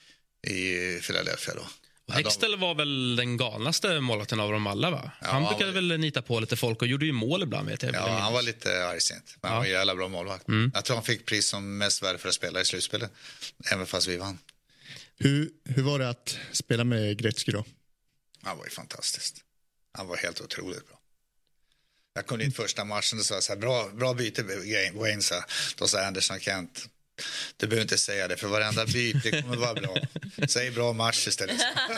i Philadelphia då.
Och Hextall ja, de... var väl den galnaste målvakten av dem alla, va? Ja, han brukade han var... väl nita på lite folk och gjorde ju mål ibland, vet jag.
Ja, han var lite argsint. Men ja, han var en jävla bra målvakt. Mm. Jag tror han fick pris som mest värdefulla spelare i slutspelet. Även fast vi vann.
Hur, hur var det att spela med Gretzky då?
Han var ju fantastiskt. Han var helt otroligt bra. Jag kom in första matchen och sa så här, bra, bra byte Wayne, sa. Då sa Anderson Kent, du behöver inte säga det, för varenda byte kommer vara bra. Säg bra match istället.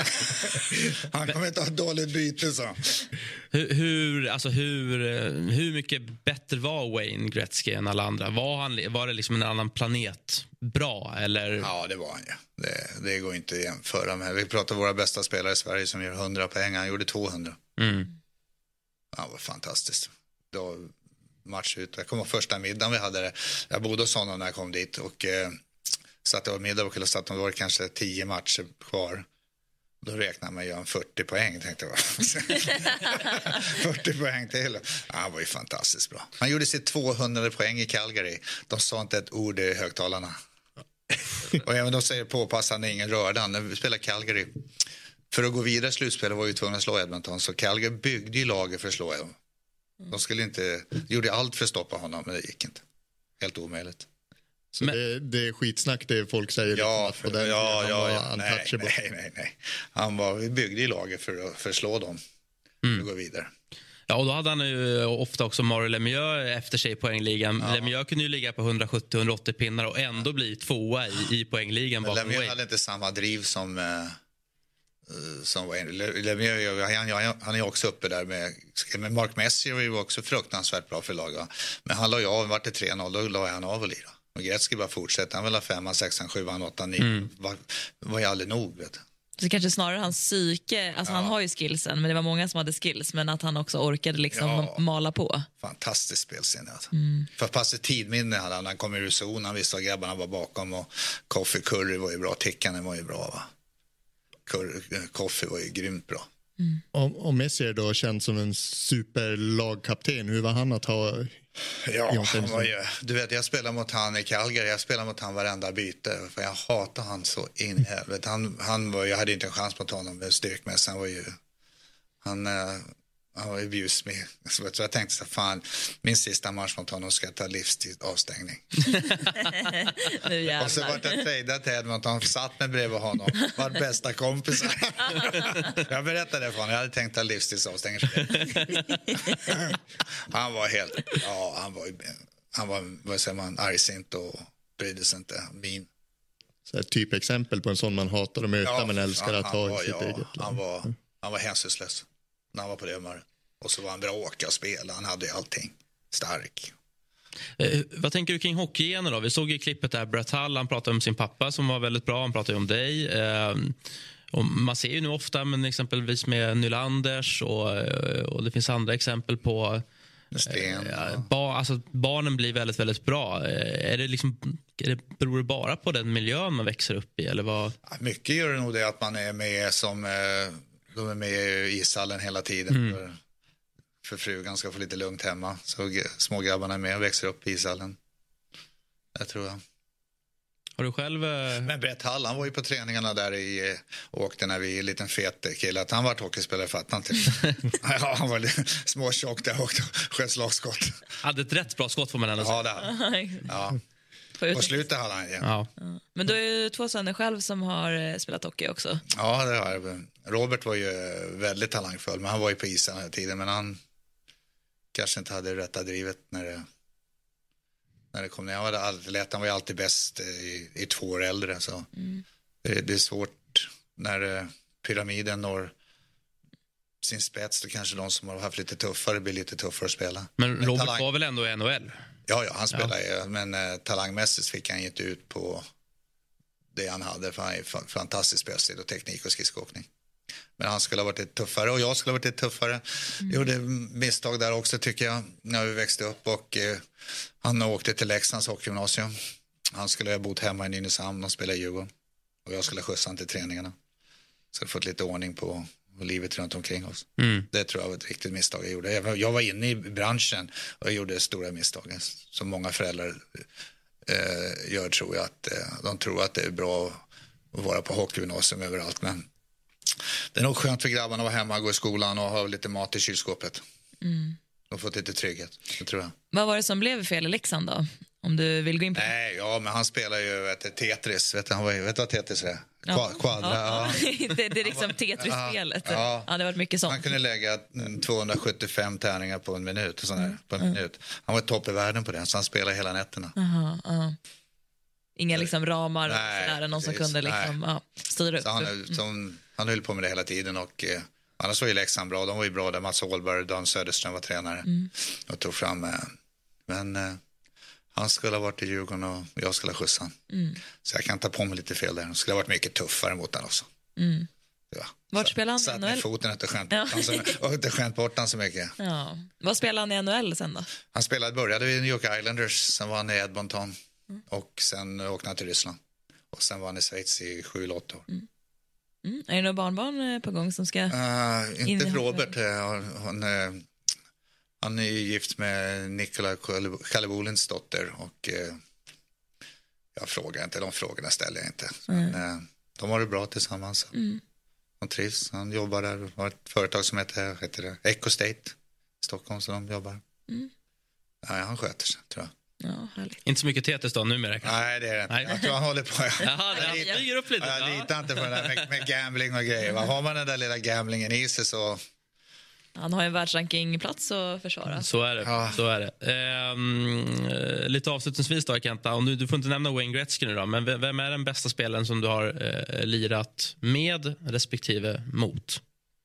Han kommer inte ha ett dåligt byte, så.
Hur, hur, alltså hur, hur mycket bättre var Wayne Gretzky än alla andra? Var, han, var det liksom en annan planet bra, eller?
Ja, det var han, ja. Det, det går inte att jämföra med. Vi pratar om våra bästa spelare i Sverige som gör hundra poäng. Han gjorde tvåhundra.
Mm.
Han var fantastiskt. Då... match ut. Jag kommer ihåg första middagen vi hade det. Jag bodde hos honom när jag kom dit och eh, satt och middag och satt och det var kanske tio matcher kvar. Då räknade man ju en fyrtio poäng, tänkte jag. fyrtio poäng till. Ja, han var ju fantastiskt bra. Han gjorde sitt tvåhundra poäng i Calgary. De sa inte ett ord i högtalarna. Och även de säger påpassande, ingen rörde. När vi spelade Calgary, för att gå vidare slutspelet var ju tvungna att slå Edmonton. Så Calgary byggde ju lager för att slå dem. De skulle inte, gjorde allt för att stoppa honom, men det gick inte. Helt omöjligt.
Så men, det, det är skitsnack det folk säger.
Ja,
för den,
ja, ja, ja. Nej, nej, nej, nej. Han var, vi byggde i lager för att förslå dem. Mm. För att gå vidare.
Ja, och då hade han ju ofta också Mario Lemieux efter sig i poängligan. Ja. Lemieux kunde ju ligga på hundrasjuttio till hundraåttio pinnar och ändå bli tvåa i, i poängligan.
Men Lemieux Wayne hade inte samma driv som... Uh, som var Lemieux, han, han är också uppe där med, med Mark Messier var ju också fruktansvärt bra för laget. Men han la ju av, vart det tre noll, då la han av och lira. Och Gretzky bara fortsätta, han vill ha femma, sexan, sjuan, åttan, nio. Mm. Var, var ju aldrig nog, vet du.
Så kanske snarare hans psyke, alltså ja. Han har ju skillsen, men det var många som hade skills, men att han också orkade liksom ja. mala på.
Fantastiskt spelsinne alltså. Mm. För pass tidminne hade han, han kom ur zon, han visste att grabbarna var bakom och Coffey, Curry var ju bra, Tickanen var ju bra, va. Coffey var ju grymt bra.
Mm. Om, om Messier då känns som en superlagkapten, hur var han att ha?
Ja, han var ju, du vet, jag spelar mot han i Calgary, jag spelar mot han varenda byte, för jag hatar han så in i helvete. Han, han var, jag hade inte en chans mot honom med styrkmässigt, han var ju, han, han var ju bjus med. Så jag tänkte så fan, min sista match mot honom ska jag ta livstid avstängning. Och så var jag tradad till Edmonton, satt med bredvid honom, var bästa kompisar. Jag berättade det för honom, jag hade tänkt ta livstidsavstängning. Han var helt, ja, han var, han var, vad säger man, argsint och brydde sig inte, min.
Så ett typexempel på en sån man hatar att möta, ja, men älskar att ha i sitt
ja,
eget
land. Han var, han var hänsynslös när han var på det humöret. Och så var han bra att åka och spela. Han hade allting. Stark.
Eh, vad tänker du kring hockeygener då? Vi såg i klippet där Brett Hull, han pratade om sin pappa som var väldigt bra. Han pratade om dig. Eh, och man ser ju nu ofta, men exempelvis med Nylanders och, och det finns andra exempel på
Sten,
eh, ba, alltså, barnen blir väldigt, väldigt bra. Eh, är det liksom, är det, beror det bara på den miljön man växer upp i? Eller vad?
Ja, mycket gör det nog det att man är med som... Eh, de är med i ishallen hela tiden. Mm. För, för frugan ska få lite lugnt hemma. Så små grabbarna är med och växer upp i ishallen. Det tror jag.
Har du själv... Eh...
Men Brett Hull, han var ju på träningarna där i, och åkte när vi är en liten fet kille. Att han var hockeyspelare, fattar inte. Ja, han var småtjock där och sköt slagskott.
Hade ett rätt bra skott får man ändå
säga. Ja, det hade. Ja. På slutet hade han igen.
Ja.
Ja. Men du är ju två söner själv som har spelat hockey också.
Ja, det har jag. Robert var ju väldigt talangfull, men han var ju på isen hela tiden. Men han kanske inte hade rätta drivet när det, när det kom ner. Han var, alltid, han var ju alltid bäst i, i två år äldre. Så. Mm. Det, det är svårt när pyramiden når sin spets, då kanske de som har haft lite tuffare blir lite tuffare att spela.
Men, men Robert
talang...
var väl ändå i N H L?
Ja, ja han spelar ja. ju, men eh, talangmässigt fick han inte ut på det han hade, för han är f- fantastisk spelstil och teknik och skridskoåkning. Men han skulle ha varit lite tuffare och jag skulle ha varit lite tuffare. Mm. Gjorde misstag där också tycker jag när vi växte upp och eh, han åkte till Leksands hockeygymnasium. Han skulle ha bott hemma i Nynäshamn och spela i Djurgården. Och jag skulle skjutsa han till träningarna. Så jag fått lite ordning på livet runt omkring oss. Mm. Det tror jag var ett riktigt misstag jag gjorde. Jag var inne i branschen och jag gjorde stora misstag. Som många föräldrar eh, gör tror jag att eh, de tror att det är bra att vara på hockeygymnasium överallt. Men det är nog skönt för grabbarna att vara hemma och gå i skolan och ha lite mat i kylskåpet. Mm. Och fått lite trygghet, det tror jag.
Vad var det som blev fel i Leksand då? Om du vill gå in på det.
Nej, ja, men han spelar ju vet, Tetris. Vet du, han var, vet du vad Tetris är? Ja. Quadra,
ja. Ja. det, det är liksom Tetris-spelet. Ja, ja. Ja, det har varit mycket sånt.
Han kunde lägga tvåhundrasjuttiofem tärningar på en minut. Och sån där, på en mm. minut. Han var topp i världen på det, så han spelade hela nätterna.
Aha, aha. Inga liksom ramar och sådär, någon som kunde liksom, ja, styra upp.
Så han, som, han höll på med det hela tiden och eh, annars var ju Leksand bra. De var ju bra där. Mats Åhlberg och Dan Söderström var tränare. Mm. Och tog fram, eh, men eh, han skulle ha varit i Djurgården och jag skulle ha skjutsat. Mm. Så jag kan ta på mig lite fel där. Det skulle ha varit mycket tuffare mot den också. Mm. Ja.
Vart spelar han i
N
N H L?
Satt med foten och inte skämt bort, ja. inte skämt bort han så mycket.
Ja. Vad spelade han i N H L sen då?
Han spelade, började i New York Islanders, sen var han i Edmonton mm. och sen åkte han till Ryssland. Och sen var han i Schweiz i sju eller åtta år. Mm.
Mm. Är det några barnbarn på gång som ska...
Uh, inte Robert. Han, han, han är gift med Nikola Kalibolins dotter och uh, jag frågar inte, de frågorna ställer jag inte. Mm. Men, uh, de har det bra tillsammans. Mm. De trivs. Han jobbar där. Har ett företag som heter, heter det, Echo State i Stockholm, så de jobbar. Mm. Ja, han sköter sig, tror jag.
Ja, härligt.
Inte så mycket Tetris då numera kanske?
Nej, det är det inte. Jag tror han håller på. Jag,
Jaha, jag, jag bygger upp lite.
Jag litar inte på det där med, med gambling och grejer. Va? Har man den där lilla gamblingen i sig så...
Han har en världsrankingplats att försvara.
Så är det. Ja. Så är det. Ehm, lite avslutningsvis då, Kenta. Om du, du får inte nämna Wayne Gretzky nu då, men vem är den bästa spelaren som du har eh, lirat med respektive mot?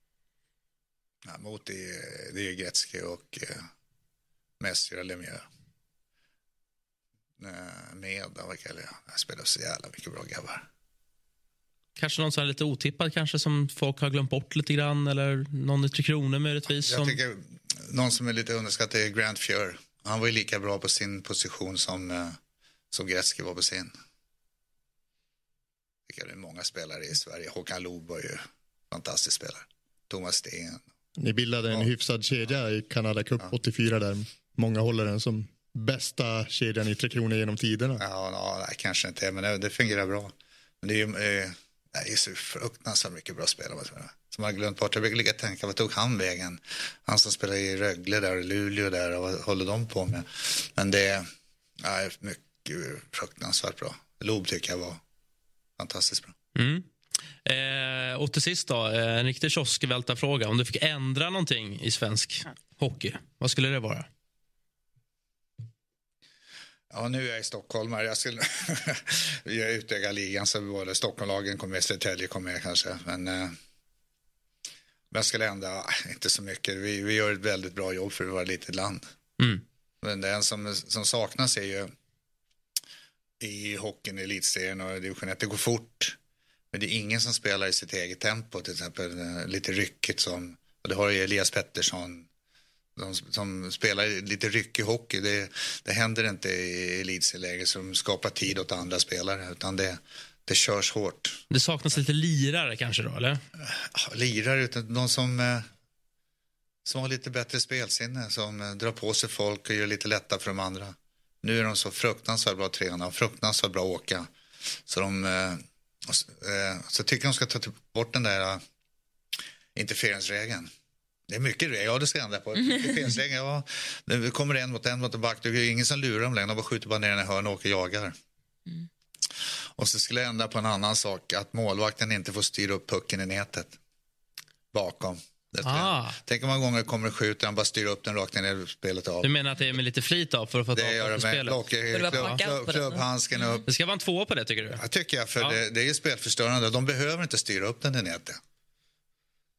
Ja, mot det, det är Gretzky och eh, Messi och Lemieux. Med, vad kallar jag? Jag spelar så jävla mycket bra grabbar.
Kanske någon som är lite otippad kanske som folk har glömt bort lite grann, eller någon i Tre Kronor möjligtvis.
Jag
som...
tycker någon som är lite underskattad är Grant Fuhr. Han var ju lika bra på sin position som, uh, som Gretzky var på sin. Jag tycker det är många spelare i Sverige. Håkan Loob var ju fantastisk spelare. Thomas Sten.
Ni bildade en ja. hyfsad kedja i Canada Cup ja. åttiofyra där många håller den som bästa kedjan i Tre Kronor genom tiderna.
Ja, ja nej, kanske inte, men det, det fungerar bra. Men det är ju eh, det är så fruktansvärt mycket bra spelare som har glömt bort. Jag brukar ligga och tänka, vad tog han vägen? Han som spelar i Rögle där och Luleå där, och vad håller de på med? Men det är ja, mycket fruktansvärt bra. Loob tycker jag var fantastiskt bra.
Mm. Eh, och till sist då, en riktig kioskvältarfråga. Om du fick ändra någonting i svensk hockey, vad skulle det vara?
Ja, nu är jag i Stockholm. Jag skulle jag utöka ligan så både Stockholmlagen kommer med, Södertälje kommer med kanske. Men, eh, men jag skulle ändå, inte så mycket. Vi, vi gör ett väldigt bra jobb för att vara ett litet land. Mm. Men det som, som saknas är ju i hockeyn, i elitserien och division ett, det går fort. Men det är ingen som spelar i sitt eget tempo, till exempel lite ryckigt som, och det har ju Elias Pettersson. De som spelar lite ryckig hockey, det, det händer inte i elitserieläge som skapar tid åt andra spelare, utan det, det körs hårt.
Det saknas lite lirare kanske då, eller?
Ja, lirare, utan de som, som har lite bättre spelsinne, som drar på sig folk och gör lite lättare för de andra. Nu är de så fruktansvärt bra tränare och fruktansvärt bra åka. Så de så tycker de ska ta bort den där interferensregeln. Det är mycket regler, ja det ska ändra på. Interferensregeln, ja. Det kommer en mot en mot en back. Det är ingen som lurar dem längre. De bara skjuter bara ner den i hörn och åker och jagar. Mm. Och så skulle jag ändra på en annan sak. Att målvakten inte får styra upp pucken i nätet. Bakom. Ah. Tänk om många gånger kommer och skjuter han bara styr upp den rakt ner i spelet av.
Du menar att det är med lite flit av för att få ta
det
på spelet?
Klubb, klubbhandsken upp.
Det ska vara en tvåa på det, tycker du?
Jag tycker jag, för ja. det, det är ju spelförstörande. De behöver inte styra upp den i nätet.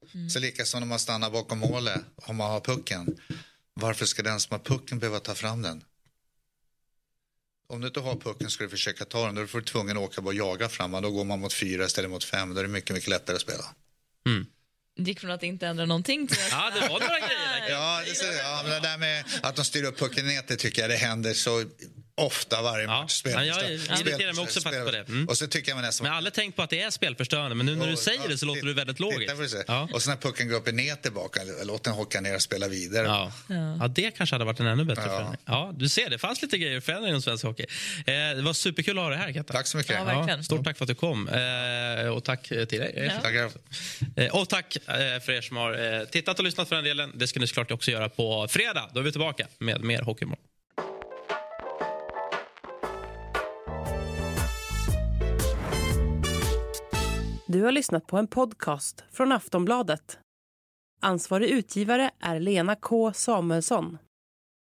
Mm. Så lika som när man stannar bakom målet, om man har pucken. Varför ska den som har pucken behöva ta fram den? Om du inte har pucken ska du försöka ta den. Då får du tvungen att åka och jaga fram. Då går man mot fyra istället mot fem. Då är det mycket, mycket lättare att spela.
Mm.
Det gick från att inte ändra någonting till att...
Ja, det var några grejer.
Ja, det, ser, ja, men det där med att de styr upp pucken ner, det tycker jag det händer så ofta varje
ja.
match. Spel,
ja, jag irriterar mig också faktiskt på det. Mm.
Och så tycker jag nästan...
Men alla tänkt på att det är spelförstörande, men nu när du säger det så låter du väldigt logiskt.
Ja. Och så när pucken går upp och ner tillbaka, låt den hocka ner och spela vidare.
Ja, ja. ja det kanske hade varit en ännu bättre ja. förändring. Ja, du ser, det fanns lite grejer för inom svensk hockey. Eh, det var superkul att ha dig här, Katta.
Tack så mycket.
Ja, verkligen.
Ja, stort tack för att du kom. Eh, och tack till dig.
Ja. Tack.
Eh, och tack eh, för er som har eh, tittat och lyssnat för den delen. Det ska ni såklart också göra på fredag. Då är vi tillbaka med mer Hockeymål.
Du har lyssnat på en podcast från Aftonbladet. Ansvarig utgivare är Lena K. Samuelsson.